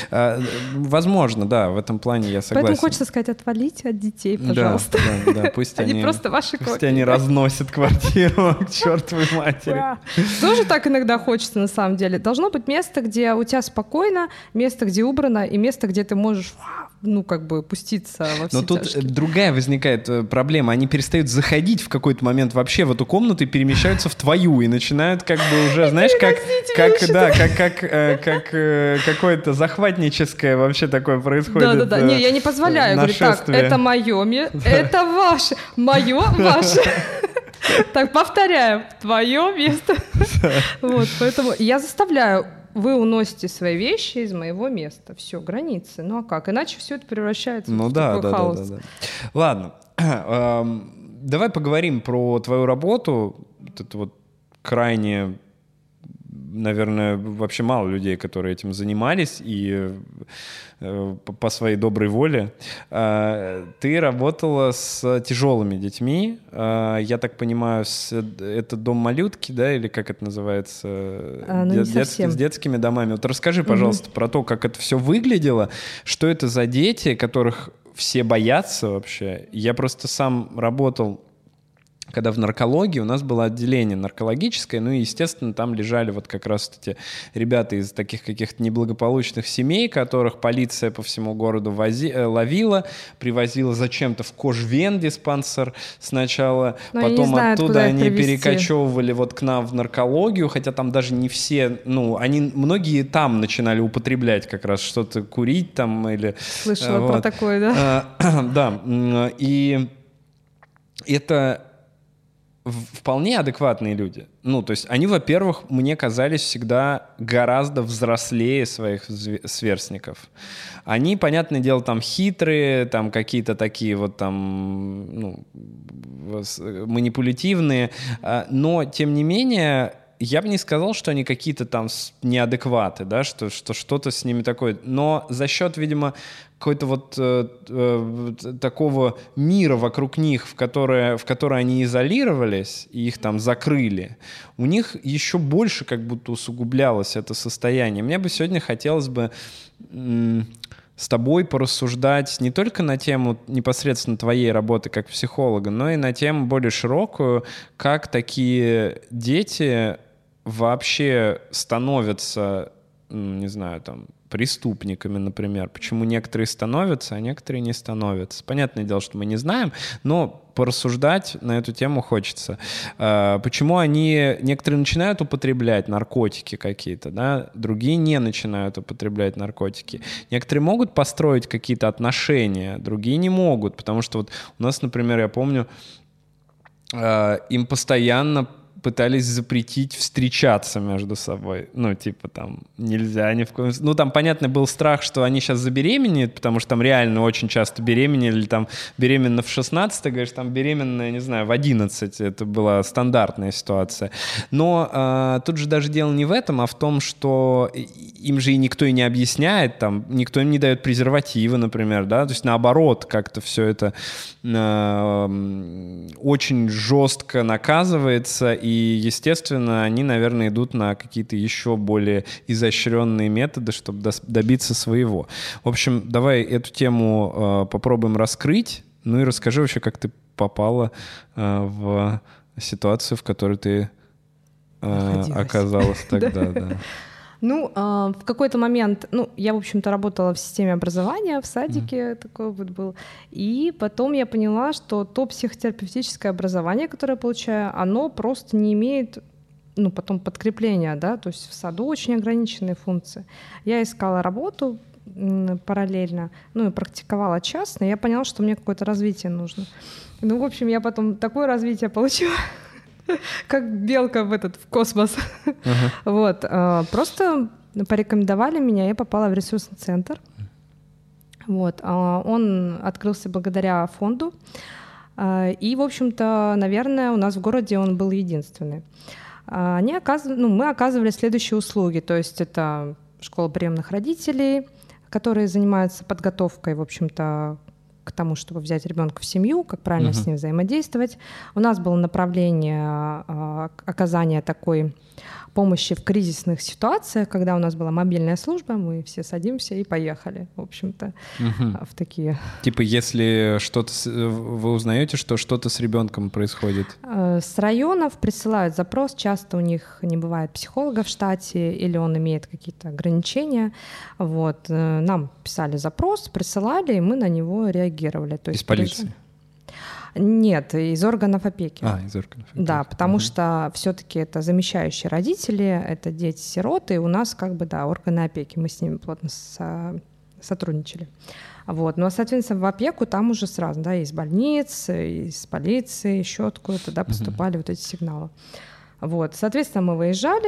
Возможно, да, в этом плане я согласен. Поэтому хочется сказать, отвалите от детей, пожалуйста. Да, да, да, пусть они, они просто ваши пусть они разносят квартиру к чертовой матери. Тоже так иногда хочется, на самом деле. Должно быть место, где у тебя спокойно, место, где убрано, и место, где ты можешь, ну, как бы пуститься во все Но тут тяжкие. Другая возникает проблема. Они перестают заходить в какой-то момент вообще в эту комнату и перемещаются в твою, и начинают как бы уже, знаешь, как... как да, как, как, э, как э, какое-то захватническое вообще такое происходит. Да-да-да, не, я не позволяю. Говорю, так, это мое, это ваше, мое, ваше. Так, повторяем, твое место. Вот, поэтому я заставляю вы уносите свои вещи из моего места. Все, границы. Ну а как? Иначе все это превращается ну, в да, такой да, хаос. Да, да, да. Ладно. Давай поговорим про твою работу. Это вот крайне, наверное, вообще мало людей, которые этим занимались, и э, по своей доброй воле. Э, ты работала с тяжелыми детьми. Э, я так понимаю, с, это дом малютки, да, или как это называется? А, ну, Дет, детские, с детскими домами. Вот расскажи, пожалуйста, угу. про то, как это все выглядело, что это за дети, которых все боятся вообще. Я просто сам работал, когда в наркологии, у нас было отделение наркологическое, ну и, естественно, там лежали вот как раз эти ребята из таких каких-то неблагополучных семей, которых полиция по всему городу вози, ловила, привозила зачем-то в Кожвен-диспансер сначала, но потом знают, оттуда они перекочевывали вот к нам в наркологию, хотя там даже не все, ну, они, многие там начинали употреблять как раз что-то, курить там или... Слышала вот. Про такое, да? Да, и это... вполне адекватные люди. Ну, то есть они, во-первых, мне казались всегда гораздо взрослее своих сверстников. Они, понятное дело, там хитрые, там какие-то такие вот там, ну, манипулятивные, но, тем не менее, я бы не сказал, что они какие-то там неадекваты, да, что, что что-то с ними такое. Но за счет, видимо, какой-то вот э, э, такого мира вокруг них, в которое, в которое они изолировались и их там закрыли, у них еще больше как будто усугублялось это состояние. Мне бы сегодня хотелось бы м- с тобой порассуждать не только на тему непосредственно твоей работы как психолога, но и на тему более широкую, как такие дети вообще становятся, не знаю, там, преступниками, например. Почему некоторые становятся, а некоторые не становятся. Понятное дело, что мы не знаем, но порассуждать на эту тему хочется. Почему они, некоторые начинают употреблять наркотики какие-то, да, другие не начинают употреблять наркотики. Некоторые могут построить какие-то отношения, другие не могут, потому что вот у нас, например, я помню, им постоянно пытались запретить встречаться между собой. Ну, типа там нельзя ни в коем случае. Ну, там, понятно, был страх, что они сейчас забеременеют, потому что там реально очень часто беременели, или там беременна в шестнадцать, ты говоришь, там беременная, не знаю, в одиннадцать. Это была стандартная ситуация. Но э, тут же даже дело не в этом, а в том, что им же и никто и не объясняет, там, никто им не дает презервативы, например, да, то есть наоборот, как-то все это э, очень жестко наказывается, и И, естественно, они, наверное, идут на какие-то еще более изощренные методы, чтобы добиться своего. В общем, давай эту тему э, попробуем раскрыть. Ну и расскажи вообще, как ты попала э, в ситуацию, в которой ты э, оказалась тогда. Да. Ну, э, в какой-то момент, ну, я, в общем-то, работала в системе образования, в садике mm. такой опыт был, и потом я поняла, что то психотерапевтическое образование, которое я получаю, оно просто не имеет, ну, потом подкрепления, да, то есть в саду очень ограниченные функции. Я искала работу м, параллельно, ну, и практиковала частно, и я поняла, что мне какое-то развитие нужно. Ну, в общем, я потом такое развитие получила, как белка в этот в космос. Uh-huh. Вот, просто порекомендовали меня, я попала в ресурсный центр. Вот, он открылся благодаря фонду. И, в общем-то, наверное, у нас в городе он был единственный. Они оказывали, ну, мы оказывали следующие услуги. То есть это школа приемных родителей, которые занимаются подготовкой, в общем-то, к тому, чтобы взять ребенка в семью, как правильно uh-huh. с ним взаимодействовать. У нас было направление а, оказания такой помощи в кризисных ситуациях, когда у нас была мобильная служба, мы все садимся и поехали, в общем-то, uh-huh. в такие... Типа если что-то, вы узнаете, что что-то с ребенком происходит? С районов присылают запрос, часто у них не бывает психолога в штате, или он имеет какие-то ограничения. Вот. Нам писали запрос, присылали, и мы на него реагировали. То есть из полиции? Нет, из органов опеки. А, из органов опеки. Да, потому угу. что все-таки это замещающие родители, это дети-сироты, и у нас как бы, да, органы опеки, мы с ними плотно со- сотрудничали. Вот. Ну, а, соответственно, в опеку там уже сразу, да, из больниц, из полиции, еще откуда-то, да, поступали угу. вот эти сигналы. Вот. Соответственно, мы выезжали,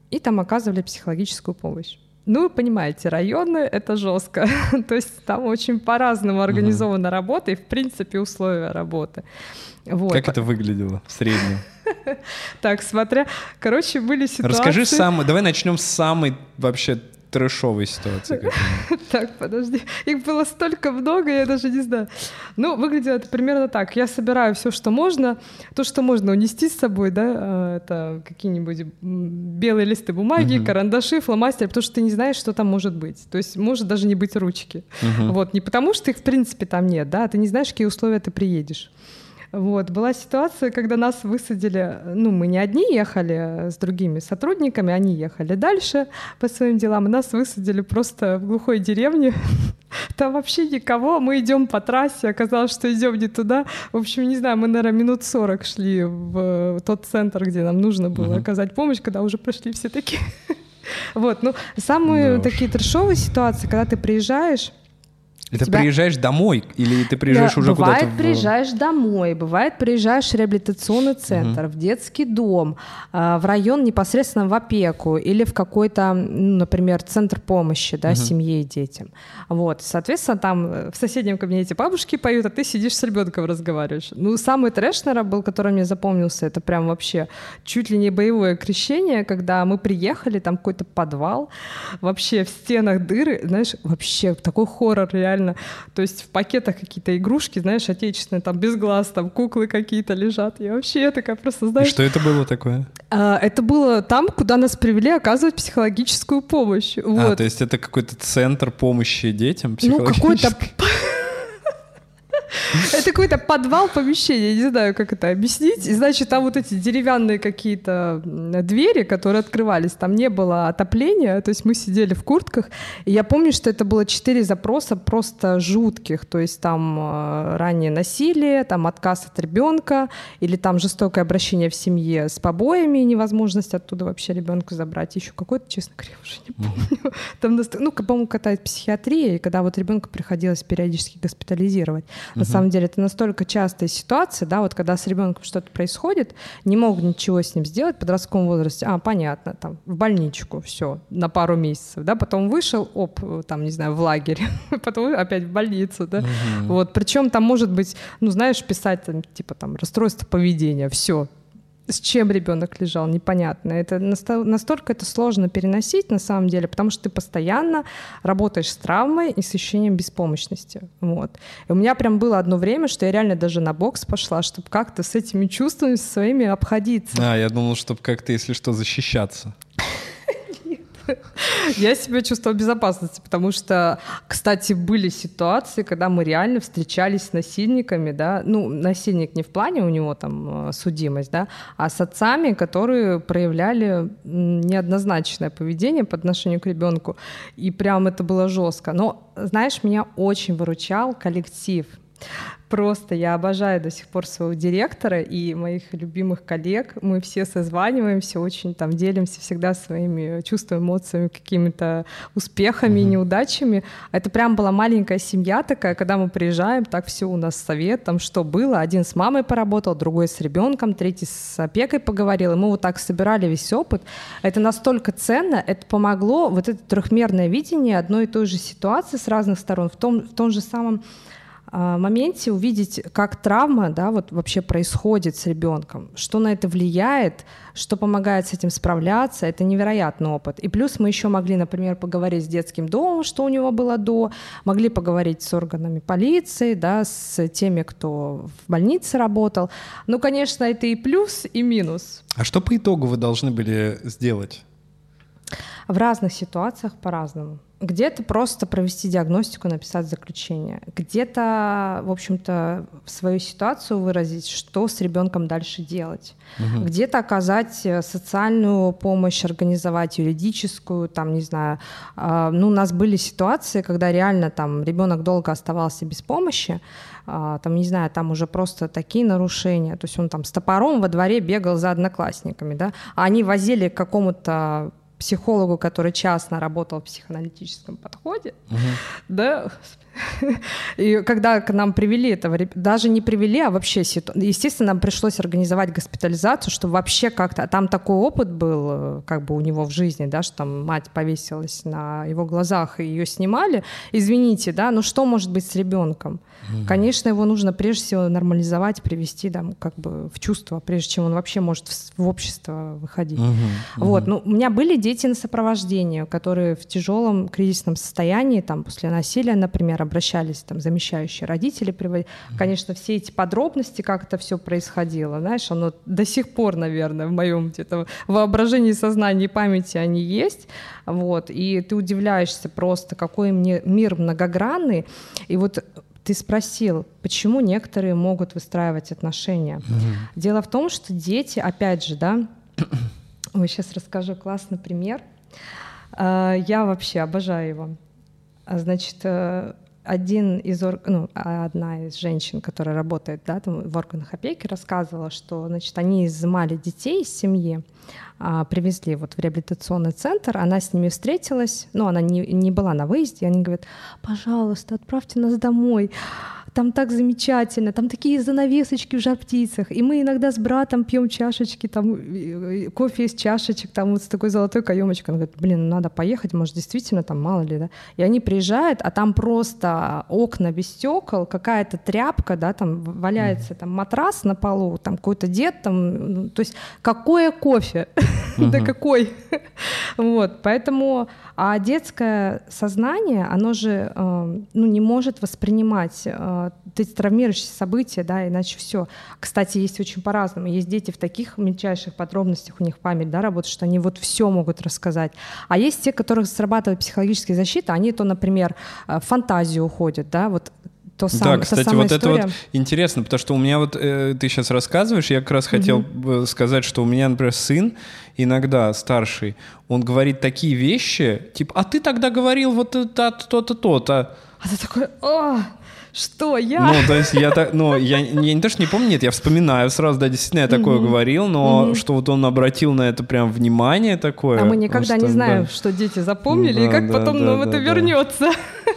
и там оказывали психологическую помощь. Ну, вы понимаете, районы — это жестко. То есть там очень по-разному организована угу. работа и, в принципе, условия работы. Вот. Как это выглядело в среднем? Так, смотря... Короче, были ситуации... Расскажи самый... Давай начнем с самой вообще трэшовой ситуации. Так, подожди. Их было столько много, я даже не знаю. Ну, выглядело это примерно так. Я собираю все, что можно. То, что можно унести с собой, да, это какие-нибудь белые листы бумаги, карандаши, фломастеры, потому что ты не знаешь, что там может быть. То есть может даже не быть ручки. Вот. Не потому, что их в принципе там нет, да, ты не знаешь, какие условия ты приедешь. Вот. Была ситуация, когда нас высадили, ну, мы не одни ехали с другими сотрудниками, они ехали дальше по своим делам, и нас высадили просто в глухой деревне. Там вообще никого, мы идем по трассе, оказалось, что идем не туда. В общем, не знаю, мы, наверное, минут сорок шли в тот центр, где нам нужно было uh-huh. оказать помощь, когда уже пришли все такие. Вот, ну, самые такие трешовые ситуации, когда ты приезжаешь. Это тебя... приезжаешь домой или ты приезжаешь да, уже бывает, куда-то? Бывает, приезжаешь в... домой, бывает, приезжаешь в реабилитационный центр, uh-huh. в детский дом, в район непосредственно в опеку или в какой-то, ну, например, центр помощи, да, uh-huh. семье и детям. Вот, соответственно, там в соседнем кабинете бабушки поют, а ты сидишь с ребенком разговариваешь. Ну, самый трэш, наверное, был, который мне запомнился, это прям вообще чуть ли не боевое крещение, когда мы приехали, там какой-то подвал, вообще в стенах дыры, знаешь, вообще такой хоррор реально. То есть в пакетах какие-то игрушки, знаешь, отечественные, там без глаз, там куклы какие-то лежат. Я вообще такая просто, знаешь... И что это было такое? А, это было там, куда нас привели оказывать психологическую помощь. А, вот. То есть это какой-то центр помощи детям психологической? Ну, какой-то... Это какой-то подвал помещения, я не знаю, как это объяснить. И, значит, там вот эти деревянные какие-то двери, которые открывались, там не было отопления, то есть мы сидели в куртках. И я помню, что это было четыре запроса просто жутких, то есть там раннее насилие, там отказ от ребенка или там жестокое обращение в семье с побоями и невозможность оттуда вообще ребенка забрать. Еще какой-то, честно говоря, уже не помню. Там, ну, по-моему, катает психиатрия, и когда вот ребенка приходилось периодически госпитализировать. На uh-huh. самом деле это настолько частая ситуация, да, вот когда с ребенком что-то происходит, не могут ничего с ним сделать в подростковом возрасте, а, понятно, там, в больничку, все, на пару месяцев, да, потом вышел, оп, там, не знаю, в лагерь, потом опять в больницу, да, uh-huh. вот, причем там может быть, ну, знаешь, писать, там, типа, там, расстройство поведения, все. С чем ребенок лежал, непонятно. Это настолько это сложно переносить на самом деле, потому что ты постоянно работаешь с травмой и с ощущением беспомощности. Вот. И у меня прям было одно время, что я реально даже на бокс пошла, чтобы как-то с этими чувствами своими обходиться. А, я думал, чтобы как-то, если что, защищаться. Я себя чувствовала в безопасности, потому что, кстати, были ситуации, когда мы реально встречались с насильниками, да, ну, насильник не в плане у него там судимость, да, а с отцами, которые проявляли неоднозначное поведение по отношению к ребенку, и прям это было жестко. Но, знаешь, меня очень выручал коллектив. Просто я обожаю до сих пор своего директора и моих любимых коллег. Мы все созваниваемся, очень там делимся всегда своими чувствами, эмоциями, какими-то успехами, mm-hmm. неудачами. Это прям была маленькая семья такая, когда мы приезжаем, так все у нас совет, там что было. Один с мамой поработал, другой с ребенком, третий с опекой поговорил. И мы вот так собирали весь опыт. Это настолько ценно, это помогло, вот это трехмерное видение одной и той же ситуации с разных сторон, в том, в том же самом моменте увидеть, как травма, да, вот вообще происходит с ребенком, что на это влияет, что помогает с этим справляться, это невероятный опыт. И плюс мы еще могли, например, поговорить с детским домом, что у него было до, могли поговорить с органами полиции, да, с теми, кто в больнице работал. Ну, конечно, это и плюс, и минус. А что по итогу вы должны были сделать? В разных ситуациях по-разному. Где-то просто провести диагностику, написать заключение. Где-то, в общем-то, свою ситуацию выразить, что с ребенком дальше делать. Угу. Где-то оказать социальную помощь, организовать юридическую, там, не знаю. Ну, у нас были ситуации, когда реально там ребенок долго оставался без помощи, там, не знаю, там уже просто такие нарушения. То есть он там с топором во дворе бегал за одноклассниками, да, а они возили к какому-то психологу, который частно работал в психоаналитическом подходе, угу. да, и когда к нам привели этого, даже не привели, а вообще, естественно, нам пришлось организовать госпитализацию, чтобы вообще как-то, а там такой опыт был, как бы у него в жизни, да, что там мать повесилась на его глазах, и ее снимали, извините, да, ну что может быть с ребенком? Mm-hmm. Конечно, его нужно прежде всего нормализовать, привести там, как бы в чувство, прежде чем он вообще может в, в общество выходить. Mm-hmm. Mm-hmm. Вот. Ну, у меня были дети на сопровождении, которые в тяжелом кризисном состоянии, там, после насилия, например, обращались, там, замещающие родители приводили. Mm-hmm. Конечно, все эти подробности, как это все происходило, знаешь, оно до сих пор, наверное, в моем где-то воображении, сознании и памяти они есть. Вот. И ты удивляешься просто, какой мне мир многогранный. И вот ты спросил, почему некоторые могут выстраивать отношения. Mm-hmm. Дело в том, что дети, опять же, да, ой, сейчас расскажу классный пример. Я вообще обожаю его. Значит, один из, ну, одна из женщин, которая работает, да, там, в органах опеки, рассказывала, что, значит, они изымали детей из семьи, привезли вот в реабилитационный центр, она с ними встретилась, ну, она не, не была на выезде, и они говорят: пожалуйста, отправьте нас домой, там так замечательно, там такие занавесочки в жар-птицах, и мы иногда с братом пьем чашечки, там, кофе из чашечек, там вот с такой золотой каемочкой. Она говорит: блин, ну надо поехать, может, действительно, там, мало ли, да. И они приезжают, а там просто окна без стекол, какая-то тряпка, да, там валяется там матрас на полу, там какой-то дед, там, ну, то есть какое кофе? Да какой? Вот, поэтому, а детское сознание, оно же, ну, не может воспринимать эти травмирующие события, да, иначе все. Кстати, есть очень по-разному. Есть дети в таких мельчайших подробностях, у них память, да, работает, что они вот все могут рассказать. А есть те, которых срабатывает психологическая защита, они то, например, в фантазию уходят, да, вот. То сам, да, кстати, вот история. Это вот интересно, потому что у меня вот, э, ты сейчас рассказываешь, я как раз хотел угу. сказать, что у меня, например, сын иногда старший, он говорит такие вещи, типа: а ты тогда говорил вот это, то-то, то-то. А ты такой: о, что я? Ну, то есть я, так, ну, я, я не то, что не помню, нет, я вспоминаю сразу, да, действительно, я такое угу. говорил, но угу. что вот он обратил на это прям внимание такое. А мы никогда что, не знаем, да. что дети запомнили, да, и как да, потом да, нам да, это да. вернется.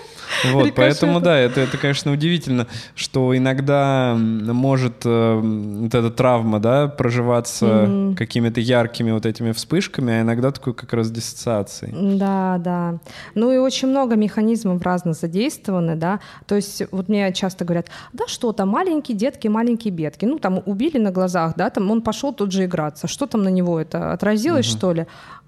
Вот, поэтому, да, это, это, конечно, удивительно, что иногда может э, вот эта травма, да, проживаться mm-hmm. какими-то яркими вот этими вспышками, а иногда такой как раз диссоциацией. Да, да. Ну и очень много механизмов разных задействованы, да. То есть вот мне часто говорят: да что там, маленькие детки, маленькие бедки. Ну там убили на глазах, да, там он пошел тут же играться. Что там на него это отразилось, mm-hmm. что ли?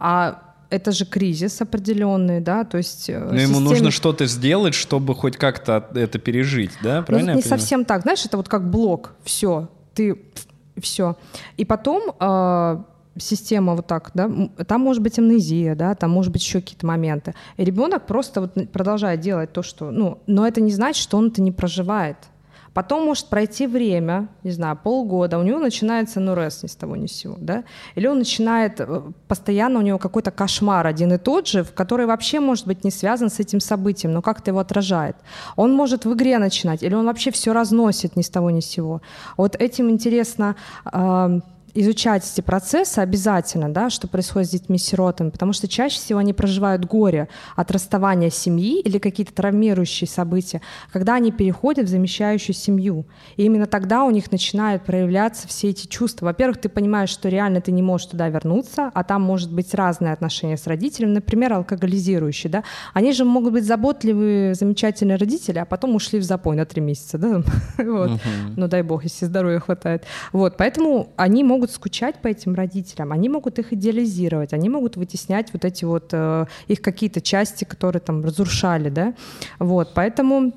А это же кризис определенный, да, то есть... Но системе... ему нужно что-то сделать, чтобы хоть как-то это пережить, да? Правильно? Ну, не совсем так, знаешь, это вот как блок, все, ты, все. И потом э, система вот так, да, там может быть амнезия, да, там может быть еще какие-то моменты. И ребенок просто вот продолжает делать то, что... Ну, но это не значит, что он это не проживает. Потом может пройти время, не знаю, полгода, у него начинается нурез ни с того ни с сего, да? Или он начинает, постоянно у него какой-то кошмар один и тот же, который вообще может быть не связан с этим событием, но как-то его отражает. Он может в игре начинать, или он вообще все разносит ни с того ни с сего. Вот этим интересно... Э- изучать эти процессы обязательно, да, что происходит с детьми-сиротами, потому что чаще всего они проживают горе от расставания семьи или какие-то травмирующие события, когда они переходят в замещающую семью. И именно тогда у них начинают проявляться все эти чувства. Во-первых, ты понимаешь, что реально ты не можешь туда вернуться, а там может быть разные отношения с родителями, например, алкоголизирующие. Да? Они же могут быть заботливые, замечательные родители, а потом ушли в запой на три месяца. Да? Вот. Ну дай бог, если здоровья хватает. Вот. Поэтому они могут могут скучать по этим родителям, они могут их идеализировать, они могут вытеснять вот эти вот э, их какие-то части, которые там разрушали, да, вот, поэтому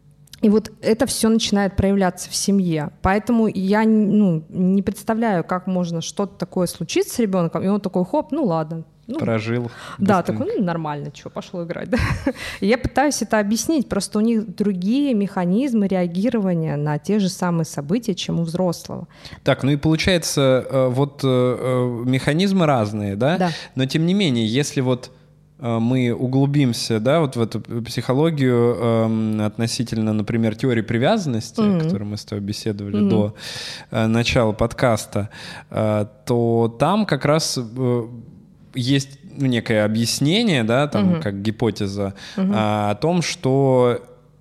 и вот это все начинает проявляться в семье, поэтому я ну, не представляю, как можно что-то такое случиться с ребенком, и он такой: хоп, ну ладно. Ну, прожил. Да, такой: ну нормально, что, пошел играть. Да? Я пытаюсь это объяснить, просто у них другие механизмы реагирования на те же самые события, чем у взрослого. Так, ну и получается, вот механизмы разные, да? Да. Но тем не менее, если вот мы углубимся, да, вот в эту психологию э, относительно, например, теории привязанности, mm-hmm. о которой мы с тобой беседовали mm-hmm. до э, начала подкаста, э, то там как раз э, есть некое объяснение, да, там, угу. как гипотеза, угу. а, о том, что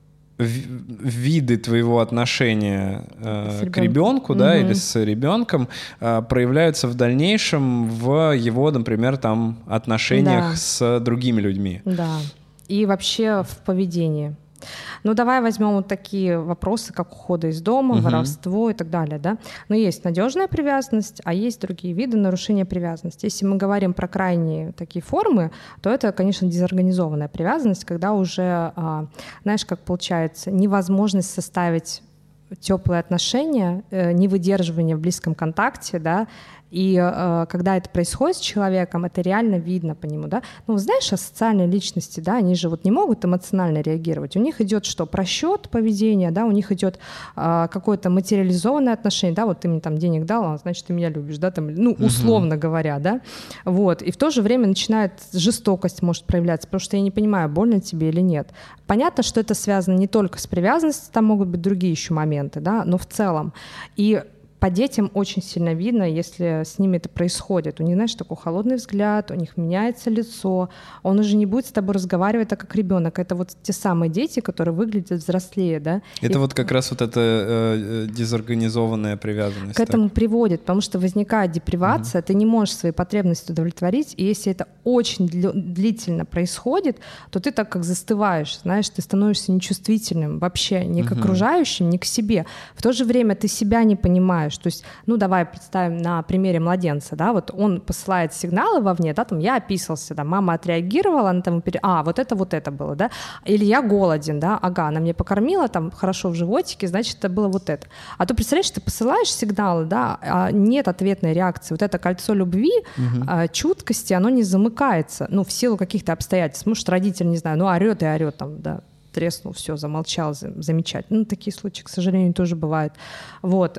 виды твоего отношения э, к ребенку, да, угу. или с ребенком э, проявляются в дальнейшем в его, например, там отношениях да. с другими людьми. Да. И вообще в поведении. Ну, давай возьмем вот такие вопросы, как ухода из дома, угу. воровство и так далее, да. Но есть надежная привязанность, а есть другие виды нарушения привязанности. Если мы говорим про крайние такие формы, то это, конечно, дезорганизованная привязанность, когда уже, знаешь, как получается, невозможность составить теплые отношения, невыдерживание в близком контакте, да. И э, когда это происходит с человеком, это реально видно по нему, да. Ну, знаешь, а социальные личности, да, они же вот не могут эмоционально реагировать. У них идет что? Просчет поведения, да, у них идет э, какое-то материализованное отношение, да, вот ты мне там денег дал, значит, ты меня любишь, да, там, ну, условно uh-huh. говоря, да. Вот. И в то же время начинает жестокость может проявляться, потому что я не понимаю, больно тебе или нет. Понятно, что это связано не только с привязанностью, там могут быть другие еще моменты, да, но в целом. И по детям очень сильно видно, если с ними это происходит. У них, знаешь, такой холодный взгляд, у них меняется лицо, он уже не будет с тобой разговаривать так, как ребенок. Это вот те самые дети, которые выглядят взрослее, да. Это И вот как раз вот эта э, дезорганизованная привязанность. К этому так. приводит, потому что возникает депривация, угу. ты не можешь свои потребности удовлетворить, и если это очень длительно происходит, то ты так как застываешь, знаешь, ты становишься нечувствительным вообще ни к угу. окружающим, ни к себе. В то же время ты себя не понимаешь. То есть, ну, давай представим на примере младенца, да, вот он посылает сигналы вовне, да, там, я описался, да, мама отреагировала, она там, а, вот это, вот это было, да, или я голоден, да, ага, она мне покормила, там, хорошо в животике, значит, это было вот это. А то, представляешь, ты посылаешь сигналы, да, а нет ответной реакции, вот это кольцо любви, угу. а, чуткости, оно не замыкается, ну, в силу каких-то обстоятельств, может, родитель, не знаю, ну, орет и орет, там, да, треснул, все, замолчал, замечательно. Ну, такие случаи, к сожалению, тоже бывают. Вот.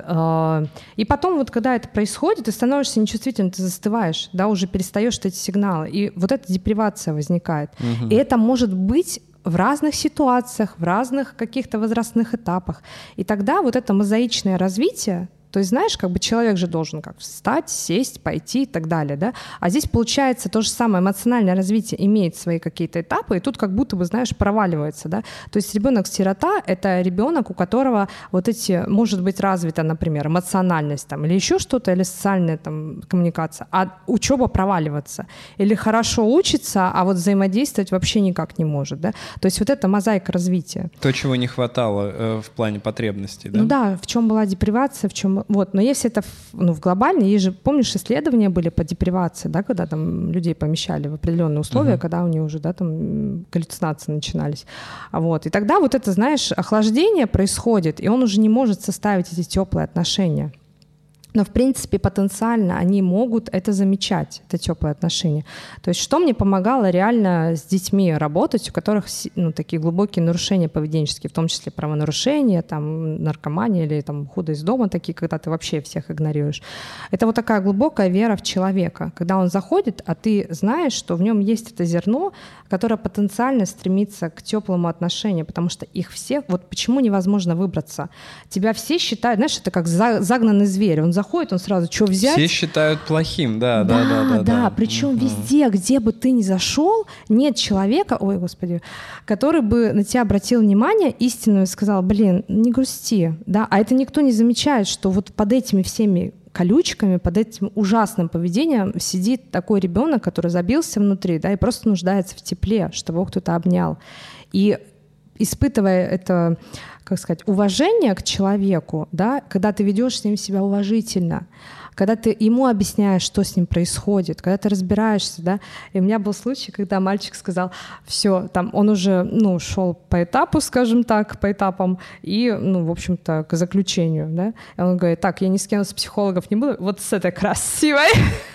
И потом, вот, когда это происходит, ты становишься нечувствительным, ты застываешь, да, уже перестаешь эти сигналы. И вот эта депривация возникает. Угу. И это может быть в разных ситуациях, в разных каких-то возрастных этапах. И тогда вот это мозаичное развитие, то есть, знаешь, как бы человек же должен как встать, сесть, пойти и так далее, да? А здесь, получается, то же самое эмоциональное развитие имеет свои какие-то этапы, и тут как будто бы, знаешь, проваливается, да? То есть ребенок-сирота — это ребенок, у которого вот эти, может быть, развита, например, эмоциональность там, или еще что-то, или социальная там коммуникация, а учеба проваливаться. Или хорошо учится, а вот взаимодействовать вообще никак не может, да? То есть вот это мозаика развития. То, чего не хватало э, в плане потребностей, да? Ну да, в чем была депривация, в чем... Вот, но если это ну, в глобальной, есть же, помнишь, исследования были по депривации, да, когда там людей помещали в определенные условия, uh-huh. когда у них уже, да, там галлюцинации начинались. Вот, и тогда вот это, знаешь, охлаждение происходит, и он уже не может составить эти теплые отношения. Но, в принципе, потенциально они могут это замечать, это теплые отношения. То есть что мне помогало реально с детьми работать, у которых ну, такие глубокие нарушения поведенческие, в том числе правонарушения, там, наркомания или там, ухода из дома, такие, когда ты вообще всех игнорируешь. Это вот такая глубокая вера в человека, когда он заходит, а ты знаешь, что в нем есть это зерно, которое потенциально стремится к теплому отношению, потому что их всех, вот почему невозможно выбраться? Тебя все считают, знаешь, это как загнанный зверь, он заходит, Ходит, он сразу, что взять? Все считают плохим, да, да, да, да. Да, да, да. Причем угу. везде, где бы ты ни зашел, нет человека, ой, господи, который бы на тебя обратил внимание истинно и сказал, блин, не грусти, да, а это никто не замечает, что вот под этими всеми колючками, под этим ужасным поведением сидит такой ребенок, который забился внутри, да, и просто нуждается в тепле, чтобы его кто-то обнял. И испытывая это, как сказать, уважение к человеку, да, когда ты ведешь с ним себя уважительно, когда ты ему объясняешь, что с ним происходит, когда ты разбираешься, да. И у меня был случай, когда мальчик сказал, все, там он уже, ну, шел по этапу, скажем так, по этапам, и, ну, в общем-то, к заключению, да. И он говорит, так, я ни с кем с психологов не буду, вот с этой красивой.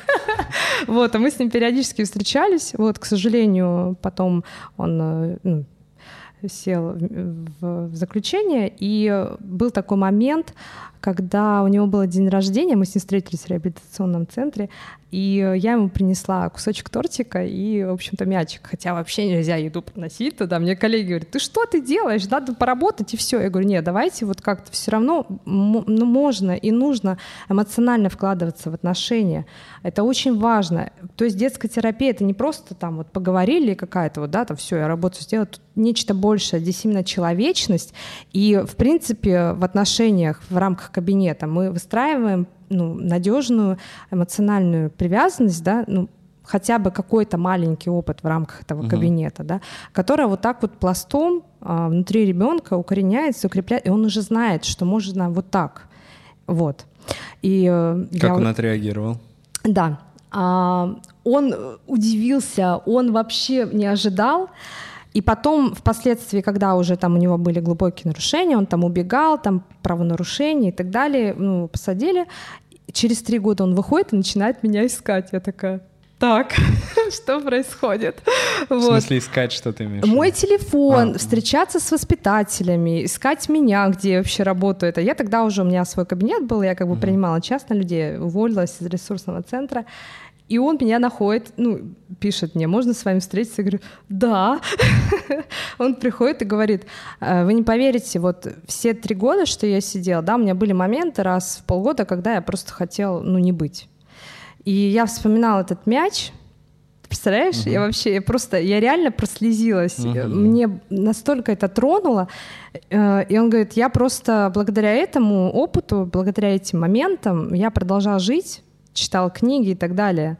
Вот, а мы с ним периодически встречались, вот, к сожалению, потом он, ну, сел в, в заключение, и был такой момент, когда у него был день рождения, мы с ним встретились в реабилитационном центре, И я ему принесла кусочек тортика и, в общем-то, мячик. Хотя вообще нельзя еду приносить туда. Мне коллеги говорят, ты что ты делаешь? Надо поработать и все. Я говорю, нет, давайте вот как-то все равно ну, можно и нужно эмоционально вкладываться в отношения. Это очень важно. То есть детская терапия — это не просто там вот поговорили какая-то вот, да, там все, я работу сделала. Тут нечто большее. Здесь именно человечность. И, в принципе, в отношениях в рамках кабинета мы выстраиваем ну, надежную эмоциональную привязанность, да, ну, хотя бы какой-то маленький опыт в рамках этого uh-huh. кабинета, да, которая вот так вот пластом а, внутри ребенка укореняется, укрепляет, и он уже знает, что можно вот так. Вот. И, как я... он отреагировал? Да. А, он удивился, он вообще не ожидал. И потом, впоследствии, когда уже там у него были глубокие нарушения, он там убегал, там правонарушения и так далее, ну, посадили. Через три года он выходит и начинает меня искать. Я такая, так, что происходит? В вот. смысле искать, что ты имеешь? Мой телефон, а, встречаться с воспитателями, искать меня, где я вообще работаю. Это я тогда уже, у меня свой кабинет был, я как бы угу. принимала частно людей, уволилась из ресурсного центра. И он меня находит, ну, пишет мне, можно с вами встретиться? Я говорю, да. Он приходит и говорит, вы не поверите, вот все три года, что я сидела, да, у меня были моменты раз в полгода, когда я просто хотела, ну, не быть. И я вспоминала этот мяч, представляешь? Uh-huh. Я вообще, я просто, я реально прослезилась. Uh-huh. Мне настолько это тронуло. И он говорит, я просто благодаря этому опыту, благодаря этим моментам, я продолжала жить, читал книги и так далее.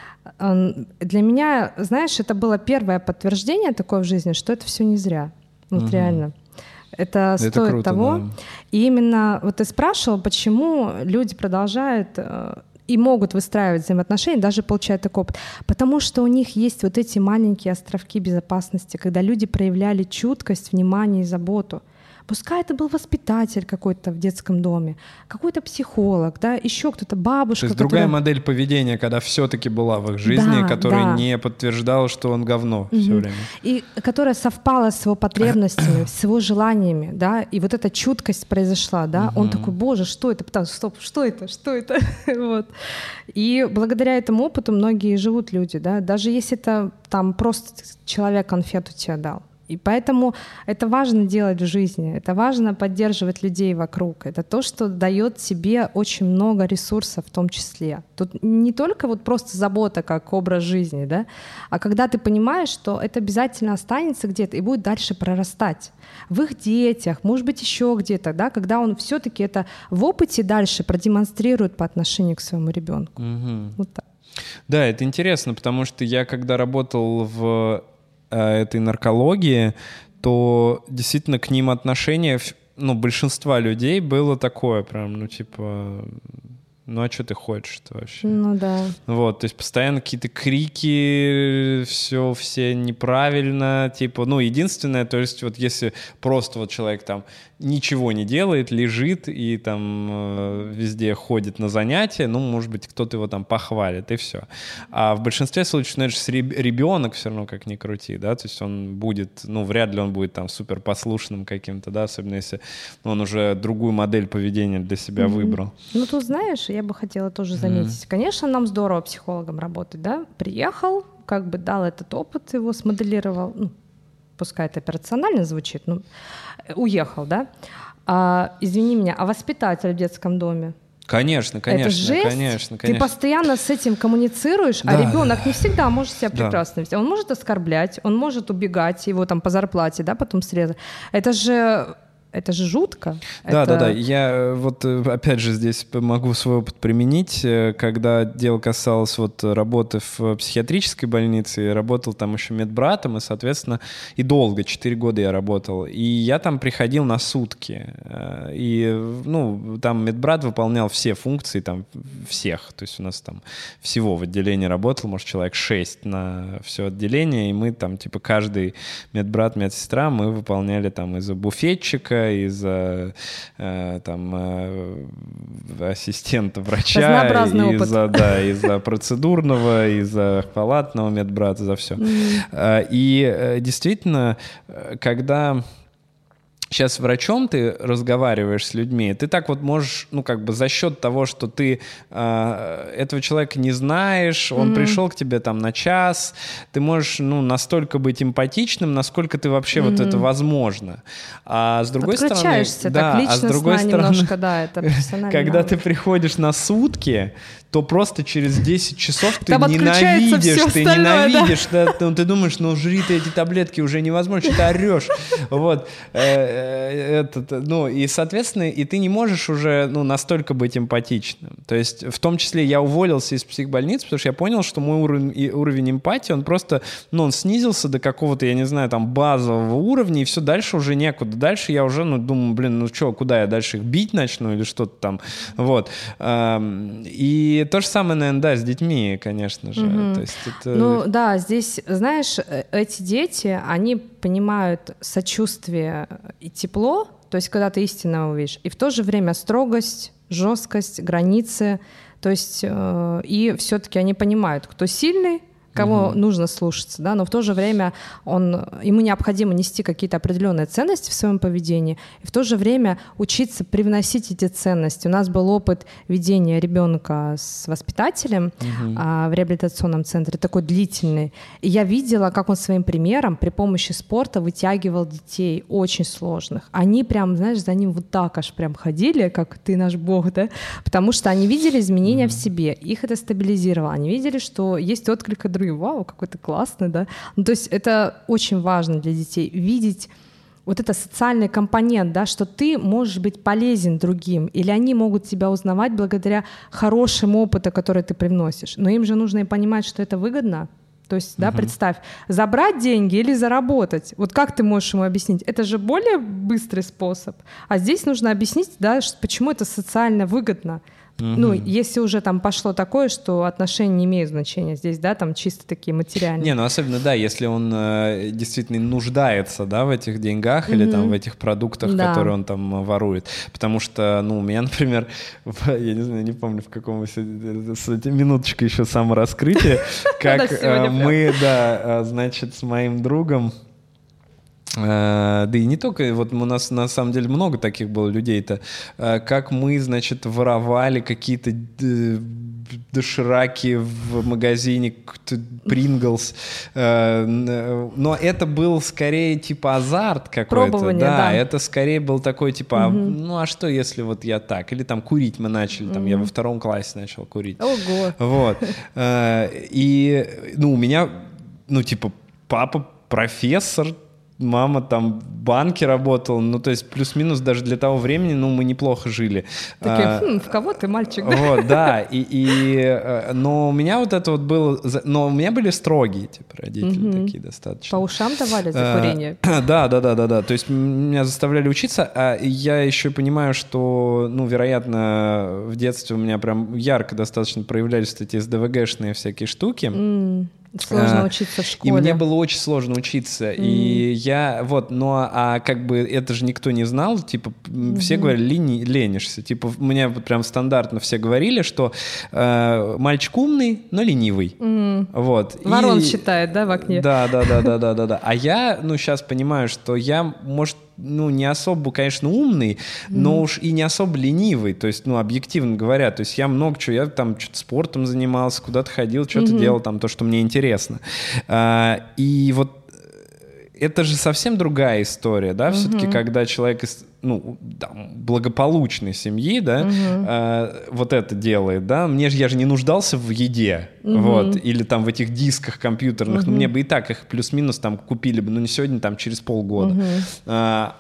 Для меня, знаешь, это было первое подтверждение такое в жизни, что это все не зря. Вот угу. реально. Это, это стоит круто, того. Да. И именно вот ты спрашивал, почему люди продолжают и могут выстраивать взаимоотношения, даже получая такой опыт. Потому что у них есть вот эти маленькие островки безопасности, когда люди проявляли чуткость, внимание и заботу. Пускай это был воспитатель какой-то в детском доме, какой-то психолог, да, еще кто-то, бабушка. То есть которая... другая модель поведения, когда все-таки была в их жизни, да, которая да. не подтверждала, что он говно угу. все время. И которая совпала с его потребностями, с его желаниями, да, и вот эта чуткость произошла, да. Угу. Он такой, боже, что это? Пытался, стоп, что это, что это? Вот. И благодаря этому опыту многие живут люди, да, даже если это там просто человек конфету тебе дал. И поэтому это важно делать в жизни, это важно поддерживать людей вокруг. Это то, что дает тебе очень много ресурсов в том числе. Тут не только вот просто забота как образ жизни, да, а когда ты понимаешь, что это обязательно останется где-то и будет дальше прорастать в их детях, может быть, еще где-то, да, когда он все-таки это в опыте дальше продемонстрирует по отношению к своему ребенку. Угу. Вот так. Да, это интересно, потому что я когда работал в этой наркологии, то действительно к ним отношение, ну, большинства людей было такое прям, ну, типа, ну, а что ты хочешь-то вообще? Ну, да. Вот, то есть постоянно какие-то крики, все, все неправильно, типа, ну, единственное, то есть вот если просто вот человек там ничего не делает, лежит и там э, везде ходит на занятия, ну, может быть, кто-то его там похвалит, и все. А в большинстве случаев, ну, это же ребенок все равно как ни крути, да, то есть он будет, ну, вряд ли он будет там супер послушным каким-то, да, особенно если он уже другую модель поведения для себя mm-hmm. выбрал. Ну, тут, знаешь, я бы хотела тоже заметить, mm-hmm. конечно, нам здорово психологом работать, да, приехал, как бы дал этот опыт, его смоделировал, ну, пускай это операционально звучит, но уехал, да? А, извини меня, а воспитатель в детском доме? Конечно, конечно, это жесть. конечно, конечно. Ты постоянно с этим коммуницируешь, да. А ребенок не всегда может себя прекрасно вести. Да. Он может оскорблять, он может убегать, его там по зарплате, да, потом срезать. Это же... Это же жутко. Да, это... да, да. Я вот опять же здесь могу свой опыт применить. Когда дело касалось вот работы в психиатрической больнице, я работал там еще медбратом, и, соответственно, и долго, четыре года я работал. И я там приходил на сутки. И, ну, там медбрат выполнял все функции, там, всех. То есть у нас там всего в отделении работал, может, человек шесть на все отделение, и мы там, типа, каждый медбрат, медсестра, мы выполняли там из-за буфетчика, из-за э, там э, ассистента врача, из-за да, из-за процедурного, из-за палатного медбрата, за все. Mm-hmm. И действительно, когда сейчас врачом ты разговариваешь с людьми, ты так вот можешь, ну, как бы за счет того, что ты э, этого человека не знаешь, он mm-hmm. пришел к тебе там на час, ты можешь, ну, настолько быть эмпатичным, насколько ты вообще mm-hmm. вот это возможно. А с другой стороны... Отключаешься, да, так личностно, а с другой стороны, немножко, да, это профессионально. Когда навык. Ты приходишь на сутки, то просто через десять часов ты там ненавидишь, ты ненавидишь, да? Да, ты, ты думаешь, ну, жри ты эти таблетки, уже невозможно, что ты орешь. Вот. Этот, ну, и, соответственно, и ты не можешь уже, ну, настолько быть эмпатичным. То есть, в том числе, я уволился из психбольницы, потому что я понял, что мой уровень, уровень эмпатии, он просто, ну, он снизился до какого-то, я не знаю, там, базового уровня, и все, дальше уже некуда. Дальше я уже, ну, думаю, блин, ну, что, куда я дальше их бить начну или что-то там, вот. И то же самое, наверное, да, с детьми, конечно же. Mm-hmm. То есть это... Ну, да, здесь, знаешь, эти дети, они понимают сочувствие и тепло, то есть когда ты истинно увидишь, и в то же время строгость, жесткость, границы, то есть э, и все-таки они понимают, кто сильный, кого угу. нужно слушаться, да, но в то же время он, ему необходимо нести какие-то определенные ценности в своем поведении, и в то же время учиться привносить эти ценности. У нас был опыт ведения ребенка с воспитателем угу. а, в реабилитационном центре, такой длительный, и я видела, как он своим примером при помощи спорта вытягивал детей очень сложных. Они прям, знаешь, за ним вот так аж прям ходили, как ты наш бог, да, потому что они видели изменения угу. в себе, их это стабилизировало, они видели, что есть отклик от вау, какой ты классный, да. Ну, то есть это очень важно для детей, видеть вот это социальный компонент, да, что ты можешь быть полезен другим, или они могут тебя узнавать благодаря хорошему опыту, который ты привносишь. Но им же нужно и понимать, что это выгодно. То есть, да, uh-huh. представь, забрать деньги или заработать. Вот как ты можешь ему объяснить? Это же более быстрый способ. А здесь нужно объяснить, да, что, почему это социально выгодно. Uh-huh. Ну, если уже там пошло такое, что отношения не имеют значения здесь, да, там чисто такие материальные. Не, ну особенно, да, если он э, действительно нуждается, да, в этих деньгах uh-huh. или там в этих продуктах, да. которые он там ворует. Потому что, ну, у меня, например, в, я не знаю, не помню, в каком минуточка еще самораскрытия, как мы, да, значит, с моим другом, Uh, да и не только, вот у нас на самом деле много таких было людей-то, uh, как мы, значит, воровали какие-то uh, дошираки в магазине Принглс, uh, но это был скорее типа азарт какой-то. Пробование, да, да. Это скорее был такой типа, угу. ну а что если вот я так, или там курить мы начали, угу. там я во втором классе начал курить. Ого. Вот. Uh, и, ну, у меня, ну, типа, папа профессор, мама там в банке работала, ну, то есть плюс-минус даже для того времени, ну, мы неплохо жили. Такие, а, хм, в кого ты, мальчик? Да? Вот, да, и, и, но у меня вот это вот было, но у меня были строгие, типа, родители угу. такие достаточно. По ушам давали за курение? А, да, да, да, да, да, то есть меня заставляли учиться, а я еще понимаю, что, ну, вероятно, в детстве у меня прям ярко достаточно проявлялись эти эс дэ вэ гэшные всякие штуки. Mm. Сложно а, учиться в школе. И мне было очень сложно учиться. Mm. И я, вот, но, а как бы это же никто не знал, типа, mm-hmm. все говорили, лени, ленишься. Типа, мне прям стандартно все говорили, что э, мальчик умный, но ленивый. Mm. Вот. Ворон и, считает, да, в окне? Да, да, да, да, да, да, да. А я, ну, сейчас понимаю, что я, может, ну, не особо, конечно, умный, mm. но уж и не особо ленивый, то есть, ну, объективно говоря, то есть я много чего, я там что-то спортом занимался, куда-то ходил, что-то mm-hmm. делал, там, то, что мне интересно. А, и вот это же совсем другая история, да, mm-hmm. все-таки, когда человек из, ну, там, благополучной семьи, да, mm-hmm. а, вот это делает, да, мне же, я же не нуждался в еде, mm-hmm. вот, или там в этих дисках компьютерных, mm-hmm. ну, мне бы и так их плюс-минус там купили бы, ну, не сегодня, там, через полгода. Mm-hmm. А,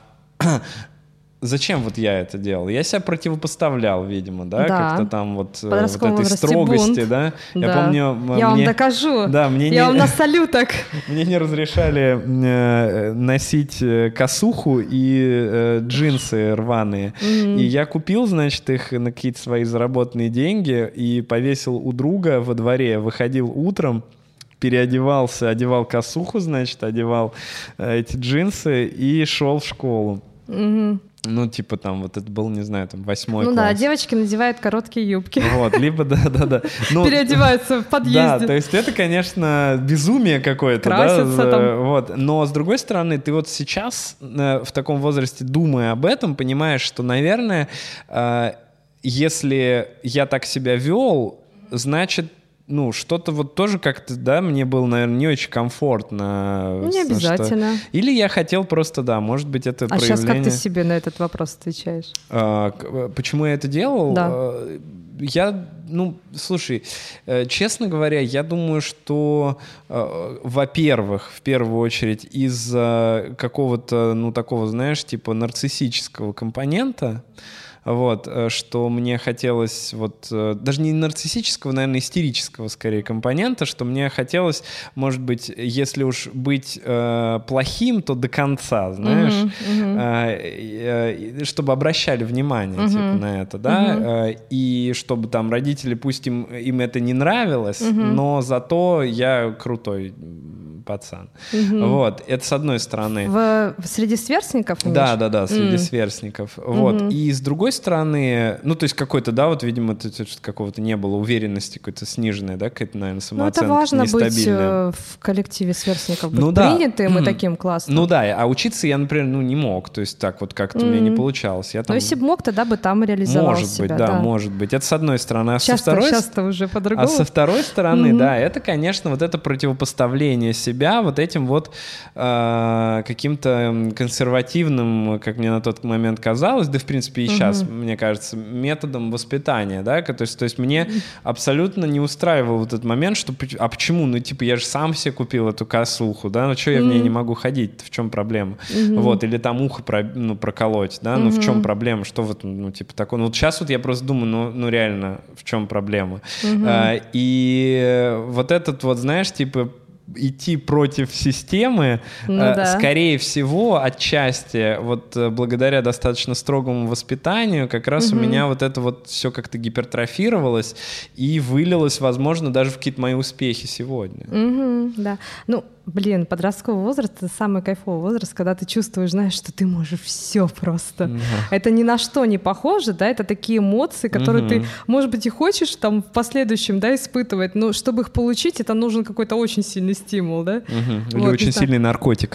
зачем вот я это делал? Я себя противопоставлял, видимо, да, да. как-то там вот, вот этой строгости, бунт. Да. да. Я помню... Я мне, вам докажу. Да, мне я не, вам насолю так. Мне не разрешали э, носить косуху и э, джинсы рваные. Mm-hmm. И я купил, значит, их на какие-то свои заработанные деньги и повесил у друга во дворе, выходил утром, переодевался, одевал косуху, значит, одевал э, эти джинсы и шел в школу. Mm-hmm. Ну, типа там, вот это был, не знаю, там, восьмой ну класс. да, девочки надевают короткие юбки. Вот, либо, да-да-да. Ну, переодеваются в подъезде. Да, то есть это, конечно, безумие какое-то. Красятся да, там. Вот. Но, с другой стороны, ты вот сейчас э, в таком возрасте, думая об этом, понимаешь, что, наверное, э, если я так себя вел, значит, ну, что-то вот тоже как-то, да, мне было, наверное, не очень комфортно. Не обязательно. Что... Или я хотел просто, да, может быть, это а проявление... А сейчас как ты себе на этот вопрос отвечаешь? А, почему я это делал? Да. Я, ну, слушай, честно говоря, я думаю, что, во-первых, в первую очередь, из-за какого-то, ну, такого, знаешь, типа нарциссического компонента, вот, что мне хотелось, вот, даже не нарциссического, наверное, истерического, скорее, компонента, что мне хотелось, может быть, если уж быть э, плохим, то до конца, знаешь, uh-huh, uh-huh. Э, чтобы обращали внимание, uh-huh. типа, на это, да, uh-huh. и чтобы там родители, пусть им, им это не нравилось, uh-huh. но зато я крутой пацан. Uh-huh. Вот, это с одной стороны. В, среди сверстников? Да, да, да, среди uh-huh. сверстников. Вот, uh-huh. и с другой стороны, ну, то есть какой-то, да, вот, видимо, какого-то не было уверенности, какой-то сниженной, да, какая-то, наверное, самооценка, ну, это важно нестабильная. Быть в коллективе сверстников, быть ну, принятым да. и таким классным. Ну да, а учиться я, например, ну, не мог, то есть так вот как-то mm-hmm. у меня не получалось. Я там... Ну, если бы мог, тогда бы там реализовал может себя. Быть, да, да, может быть, это с одной стороны. А часто, со второй... часто уже по-другому. А со второй стороны, mm-hmm. да, это, конечно, вот это противопоставление себя вот этим вот э, каким-то консервативным, как мне на тот момент казалось, да, в принципе, и сейчас, mm-hmm. мне кажется, методом воспитания, да, то есть, то есть мне mm-hmm. абсолютно не устраивал вот этот момент, что, а почему, ну, типа, я же сам себе купил эту косуху, да, ну, что я mm-hmm. в ней не могу ходить, в чем проблема? Mm-hmm. Вот, или там ухо про, ну, проколоть, да, ну, mm-hmm. в чем проблема, что вот, ну, типа, такое, ну, вот сейчас вот я просто думаю, ну, ну реально, в чем проблема? Mm-hmm. А, и вот этот вот, знаешь, типа, идти против системы, ну, э, да. скорее всего, отчасти, вот благодаря достаточно строгому воспитанию, как раз угу. у меня вот это вот все как-то гипертрофировалось и вылилось, возможно, даже в какие-то мои успехи сегодня. Угу, да. Ну, блин, подростковый возраст — это самый кайфовый возраст, когда ты чувствуешь, знаешь, что ты можешь все просто. Угу. Это ни на что не похоже, да, это такие эмоции, которые угу. ты, может быть, и хочешь там в последующем, да, испытывать, но чтобы их получить, это нужен какой-то очень сильный стимул, да? Угу. Или вот, очень сильный наркотик.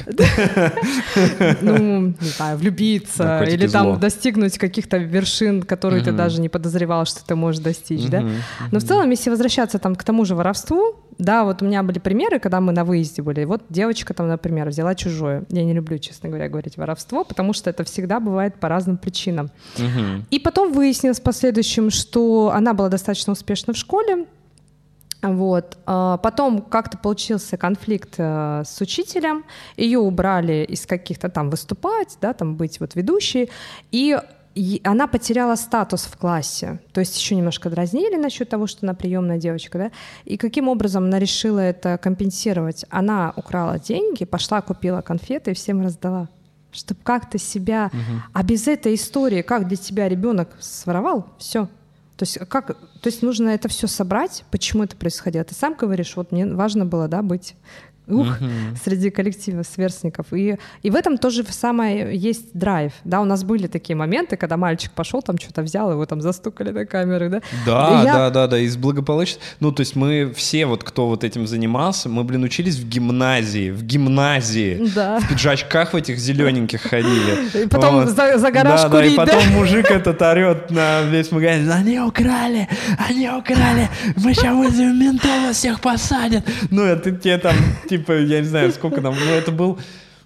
Ну, не знаю, влюбиться или там достигнуть каких-то вершин, которые ты даже не подозревал, что ты можешь достичь, да? Но в целом, если возвращаться там к тому же воровству, да, вот у меня были примеры, когда мы на выезде были. Вот девочка там, например, взяла чужое. Я не люблю, честно говоря, говорить воровство, потому что это всегда бывает по разным причинам. Угу. И потом выяснилось в последующем, что она была достаточно успешна в школе. Вот. Потом как-то получился конфликт с учителем. Ее убрали из каких-то там выступать, да, там быть вот ведущей. И И она потеряла статус в классе. То есть еще немножко дразнили насчет того, что она приемная девочка. Да? И каким образом она решила это компенсировать? Она украла деньги, пошла, купила конфеты и всем раздала. Чтобы как-то себя... Угу. А без этой истории, как для тебя ребенок своровал, все. То есть, как... То есть нужно это все собрать. Почему это происходило? Ты сам говоришь, вот мне важно было, да, быть... Ух, uh-huh. среди коллектива сверстников. И, и в этом тоже самое есть драйв. Да, у нас были такие моменты, когда мальчик пошел, там что-то взял, его там застукали на камеры. Да, да, я... да, да, да, из благополучия. Ну, то есть мы все, вот кто вот этим занимался, мы, блин, учились в гимназии, в гимназии, да. в пиджачках в этих зелененьких ходили. И потом вот. за, за гараж да, курить, да, и да? потом мужик этот орет на весь магазин: они украли, они украли, мы сейчас вызовем ментов, вас всех посадят. Ну, это тебе там, типа, я не знаю, сколько там, ну, это был,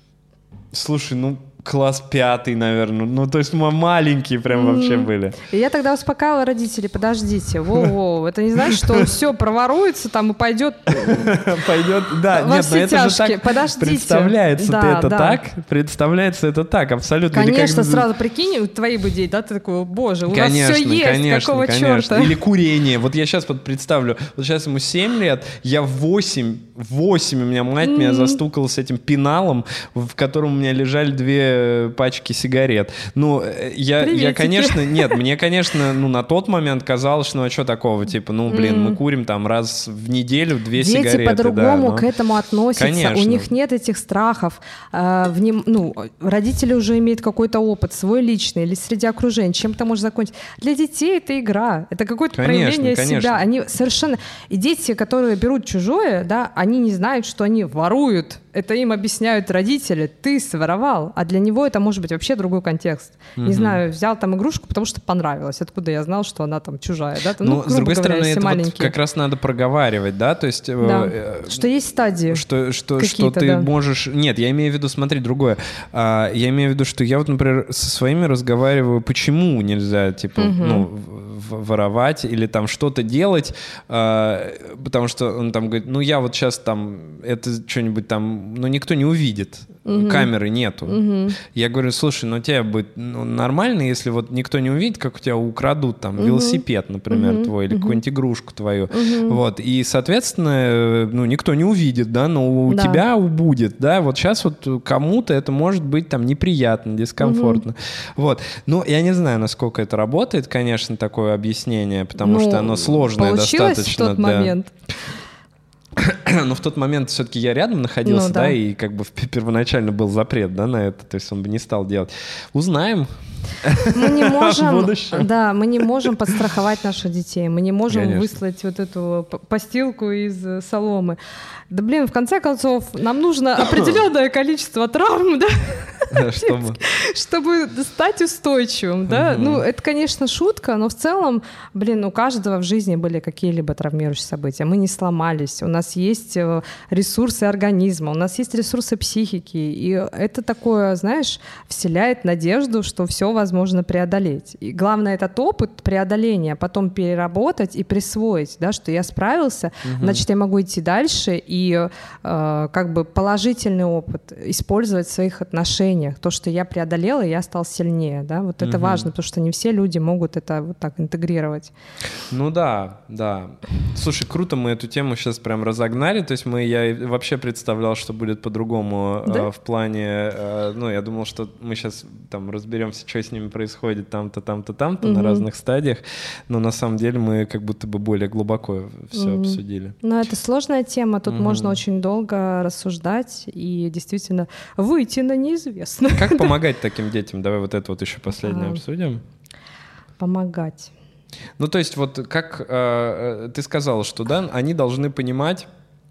слушай, ну, класс пятый, наверное. Ну, то есть мы маленькие прям mm-hmm. вообще были. И я тогда успокаивала родителей: подождите, воу-воу, это не значит, что он все проворуется там и пойдет пойдет, да, во нет, все но это же так подождите. Представляется да, это да. так, представляется это так, абсолютно. Конечно, сразу прикинь, твои бы дети, да, ты такой: боже, у конечно, нас все есть, конечно, какого конечно. черта? Или курение. Вот я сейчас вот представлю, вот сейчас ему семь лет, я в восемь, восемь у меня мать mm-hmm. меня застукала с этим пеналом, в котором у меня лежали две две пачки сигарет. Ну, я, я, конечно, нет, мне, конечно, ну, на тот момент казалось, ну, а что такого, типа, ну, блин, mm. мы курим там раз в неделю две Дети сигареты. Дети по-другому да, но... к этому относятся, конечно. У них нет этих страхов. Э, вним... ну, родители уже имеют какой-то опыт, свой личный или среди окружения, чем-то может закончить. Для детей это игра, это какое-то конечно, проявление конечно. себя. Они совершенно... И дети, которые берут чужое, да, они не знают, что они воруют. Это им объясняют родители. Ты своровал. А для него это может быть вообще другой контекст. Mm-hmm. Не знаю, взял там игрушку, потому что понравилось. Откуда я знал, что она там чужая. Да? Ну, ну, с другой говоря, стороны, это вот как раз надо проговаривать, да? То есть, да. э, что есть стадии. Что, что, что ты да. можешь... Нет, я имею в виду, смотри, другое. А, я имею в виду, что я вот, например, со своими разговариваю, почему нельзя, типа, mm-hmm. ну, воровать или там что-то делать, а, потому что он там говорит, ну, я вот сейчас там это что-нибудь там но никто не увидит, угу. камеры нету. Угу. Я говорю, слушай, ну тебе будет ну, нормально, если вот никто не увидит, как у тебя украдут там угу. велосипед, например, угу. твой, или угу. какую-нибудь игрушку твою. Угу. Вот. И, соответственно, ну, никто не увидит, да, но у да. тебя будет, да, вот сейчас вот кому-то это может быть там неприятно, дискомфортно. Угу. Вот. Ну, я не знаю, насколько это работает, конечно, такое объяснение, потому ну, что оно сложное достаточно. В тот для... момент. Но в тот момент все-таки я рядом находился, ну, да. да, и как бы первоначально был запрет, да, на это, то есть он бы не стал делать. Узнаем. Мы не можем, да, мы не можем подстраховать наших детей, мы не можем Конечно. выслать вот эту постилку из соломы. Да, блин, в конце концов, нам нужно определенное количество травм, да, чтобы... чтобы стать устойчивым, да. Угу. Ну, это, конечно, шутка, но в целом, блин, у каждого в жизни были какие-либо травмирующие события. Мы не сломались, у нас есть ресурсы организма, у нас есть ресурсы психики, и это такое, знаешь, вселяет надежду, что все возможно преодолеть. И главное, этот опыт преодоления потом переработать и присвоить, да, что я справился, угу. значит, я могу идти дальше и э, как бы положительный опыт использовать в своих отношениях. То, что я преодолела, я стал сильнее. Да? Вот это угу. важно, потому что не все люди могут это вот так интегрировать. Ну да, да. Слушай, круто мы эту тему сейчас прям разогнали. То есть мы, я вообще представлял, что будет по-другому да? э, в плане... Э, ну, я думал, что мы сейчас там разберемся, что с ними происходит там-то, там-то, там-то угу. на разных стадиях. Но на самом деле мы как будто бы более глубоко все угу. обсудили. Но это сложная тема. Тут угу. можно очень долго рассуждать и действительно выйти на неизвестное. Как помогать таким детям? Давай вот это вот еще последнее а, обсудим. Помогать. Ну, то есть вот как э, ты сказала, что да, они должны понимать,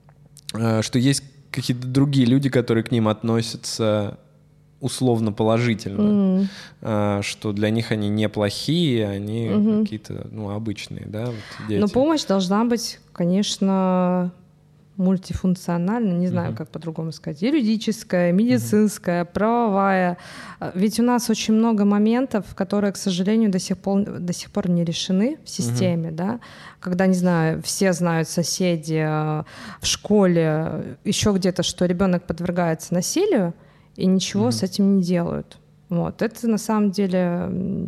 э, что есть какие-то другие люди, которые к ним относятся условно положительно, mm. что для них они неплохие, они mm-hmm. какие-то ну, обычные, да, вот дети. Но помощь должна быть, конечно, мультифункциональная, не знаю, mm-hmm. как по-другому сказать, юридическая, медицинская, mm-hmm. правовая. Ведь у нас очень много моментов, которые, к сожалению, до сих пор, до сих пор не решены в системе, mm-hmm. да, когда, не знаю, все знают соседи в школе, еще где-то, что ребенок подвергается насилию, и ничего mm-hmm. с этим не делают. Вот. Это на самом деле...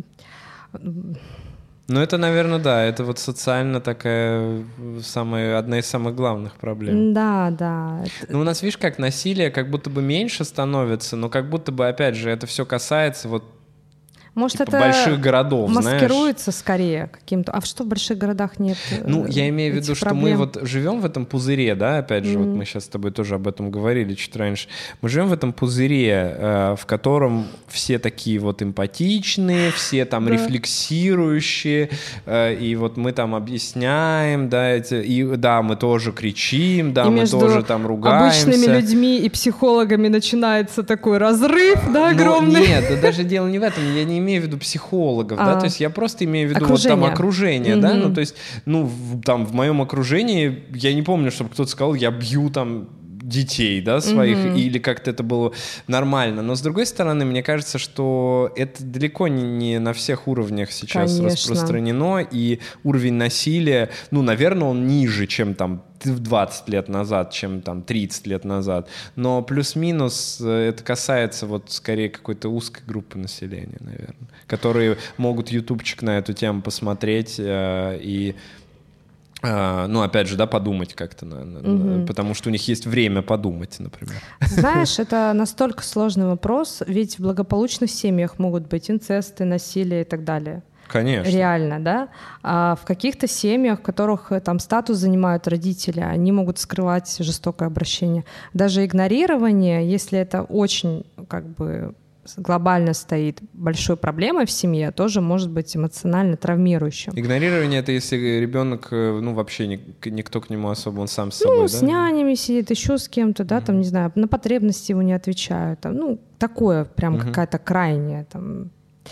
Ну, это, наверное, да, это вот социально такая самая, одна из самых главных проблем. Да, да. Ну, у нас, видишь, как насилие как будто бы меньше становится, но как будто бы, опять же, это все касается вот Может, типа это больших городов, маскируется знаешь? скорее каким-то. А что в больших городах нет? Ну, я имею в виду, что проблем? мы вот живем в этом пузыре, да, опять же, mm-hmm. вот мы сейчас с тобой тоже об этом говорили чуть раньше. Мы живем в этом пузыре, э, в котором все такие вот эмпатичные, все там да. рефлексирующие, э, и вот мы там объясняем, да, эти, и да, мы тоже кричим, да, и мы тоже там ругаемся. Обычными людьми и психологами начинается такой разрыв, да, огромный. Ну, нет, да даже дело не в этом, я не имею в виду психологов, а, да, то есть я просто имею в виду окружение. Вот там окружение, mm-hmm. да, ну то есть, ну в, там в моем окружении я не помню, чтобы кто-то сказал, я бью там детей, да, своих, mm-hmm. или как-то это было нормально, но с другой стороны, мне кажется, что это далеко не, не на всех уровнях сейчас Конечно. распространено, и уровень насилия, ну, наверное, он ниже, чем там в двадцать лет назад, чем там тридцать лет назад. Но плюс-минус это касается вот скорее какой-то узкой группы населения, наверное, которые могут ютубчик на эту тему посмотреть э, и А, ну, опять же, да, подумать как-то, угу. потому что у них есть время подумать, например. Знаешь, это настолько сложный вопрос, ведь в благополучных семьях могут быть инцесты, насилие и так далее. Конечно. Реально, да? А в каких-то семьях, в которых там статус занимают родители, они могут скрывать жестокое обращение. Даже игнорирование, если это очень как бы глобально стоит большой проблемой в семье, тоже может быть эмоционально травмирующим. Игнорирование — это если ребенок, ну, вообще никто к нему особо, он сам с собой, ну, да? с нянями сидит, еще с кем-то, да, mm-hmm. там, не знаю, на потребности его не отвечают. Там, ну, такое прям mm-hmm. какая-то крайняя там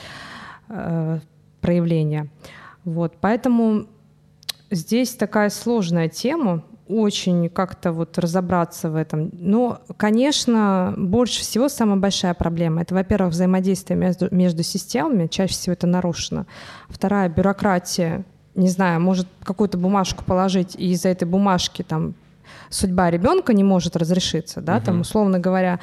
э, проявление. Вот, поэтому здесь такая сложная тема, очень как-то вот разобраться в этом. Но, конечно, больше всего самая большая проблема — это, во-первых, взаимодействие между, между системами, чаще всего это нарушено. Вторая — бюрократия. Не знаю, может какую-то бумажку положить, и из-за этой бумажки там судьба ребенка не может разрешиться, да, uh-huh. там, условно говоря,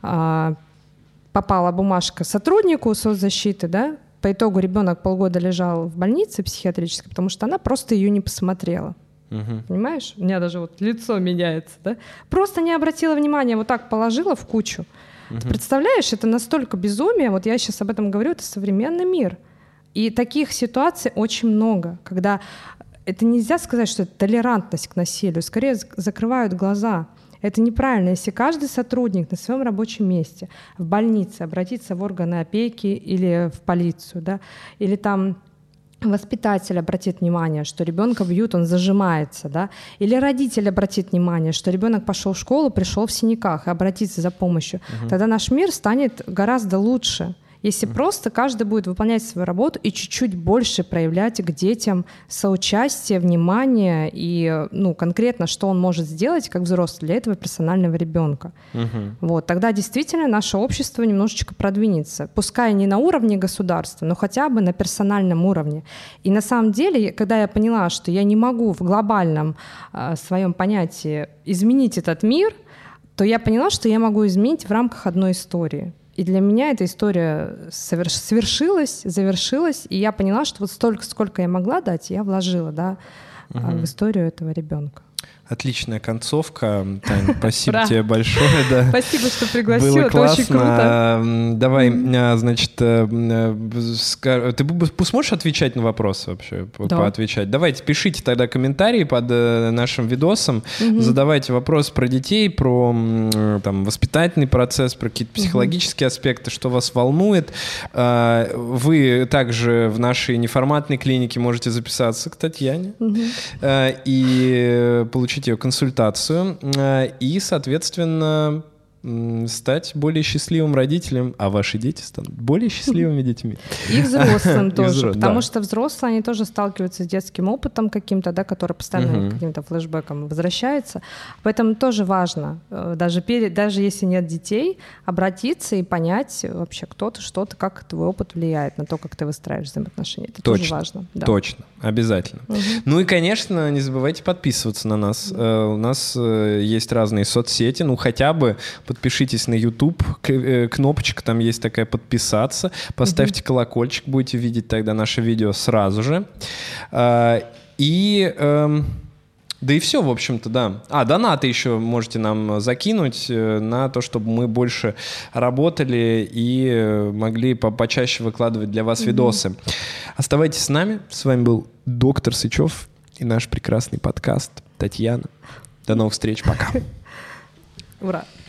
попала бумажка сотруднику соцзащиты, да, по итогу ребенок полгода лежал в больнице психиатрической, потому что она просто ее не посмотрела. Uh-huh. Понимаешь? У меня даже вот лицо меняется, да? Просто не обратила внимания, вот так положила в кучу. Uh-huh. Ты представляешь, это настолько безумие, вот я сейчас об этом говорю, это современный мир. И таких ситуаций очень много, когда это нельзя сказать, что это толерантность к насилию, скорее закрывают глаза. Это неправильно, если каждый сотрудник на своем рабочем месте, в больнице, обратится в органы опеки или в полицию, да, или там воспитатель обратит внимание, что ребенка бьют, он зажимается, да, или родитель обратит внимание, что ребенок пошел в школу, пришел в синяках и обратится за помощью, угу. тогда наш мир станет гораздо лучше. Если mm-hmm. просто каждый будет выполнять свою работу и чуть-чуть больше проявлять к детям соучастие, внимание и, ну, конкретно, что он может сделать как взрослый для этого персонального ребенка. Mm-hmm. Вот, тогда действительно наше общество немножечко продвинется. Пускай не на уровне государства, но хотя бы на персональном уровне. И на самом деле, когда я поняла, что я не могу в глобальном э, своем понятии изменить этот мир, то я поняла, что я могу изменить в рамках одной истории. И для меня эта история совершилась, завершилась, и я поняла, что вот столько, сколько я могла дать, я вложила, да, угу. в историю этого ребенка. Отличная концовка, Таня, спасибо тебе большое. Да. Спасибо, что пригласила, было это классно. Очень круто. Давай, значит, ты сможешь отвечать на вопросы вообще? Да. Поотвечать? Давайте, пишите тогда комментарии под нашим видосом, угу. задавайте вопросы про детей, про там, воспитательный процесс, про какие-то психологические угу. аспекты, что вас волнует. Вы также в нашей неформатной клинике можете записаться к Татьяне угу. и получить ее консультацию и, соответственно, стать более счастливым родителем, а ваши дети станут более счастливыми детьми. И взрослым тоже, потому что взрослые, они тоже сталкиваются с детским опытом каким-то, да, который постоянно каким-то флешбэком возвращается. Поэтому тоже важно, даже, перед, даже если нет детей, обратиться и понять вообще, кто ты, что ты, как твой опыт влияет на то, как ты выстраиваешь взаимоотношения. Это тоже важно. Точно, обязательно. Ну и, конечно, не забывайте подписываться на нас. У нас есть разные соцсети, ну хотя бы подпишитесь на YouTube, кнопочка там есть такая «Подписаться», поставьте mm-hmm. колокольчик, будете видеть тогда наше видео сразу же. И да и все, в общем-то, да. А, донаты еще можете нам закинуть на то, чтобы мы больше работали и могли по почаще выкладывать для вас mm-hmm. видосы. Оставайтесь с нами. С вами был доктор Сычев и наш прекрасный подкаст Татьяна. До новых встреч. Пока. Ура!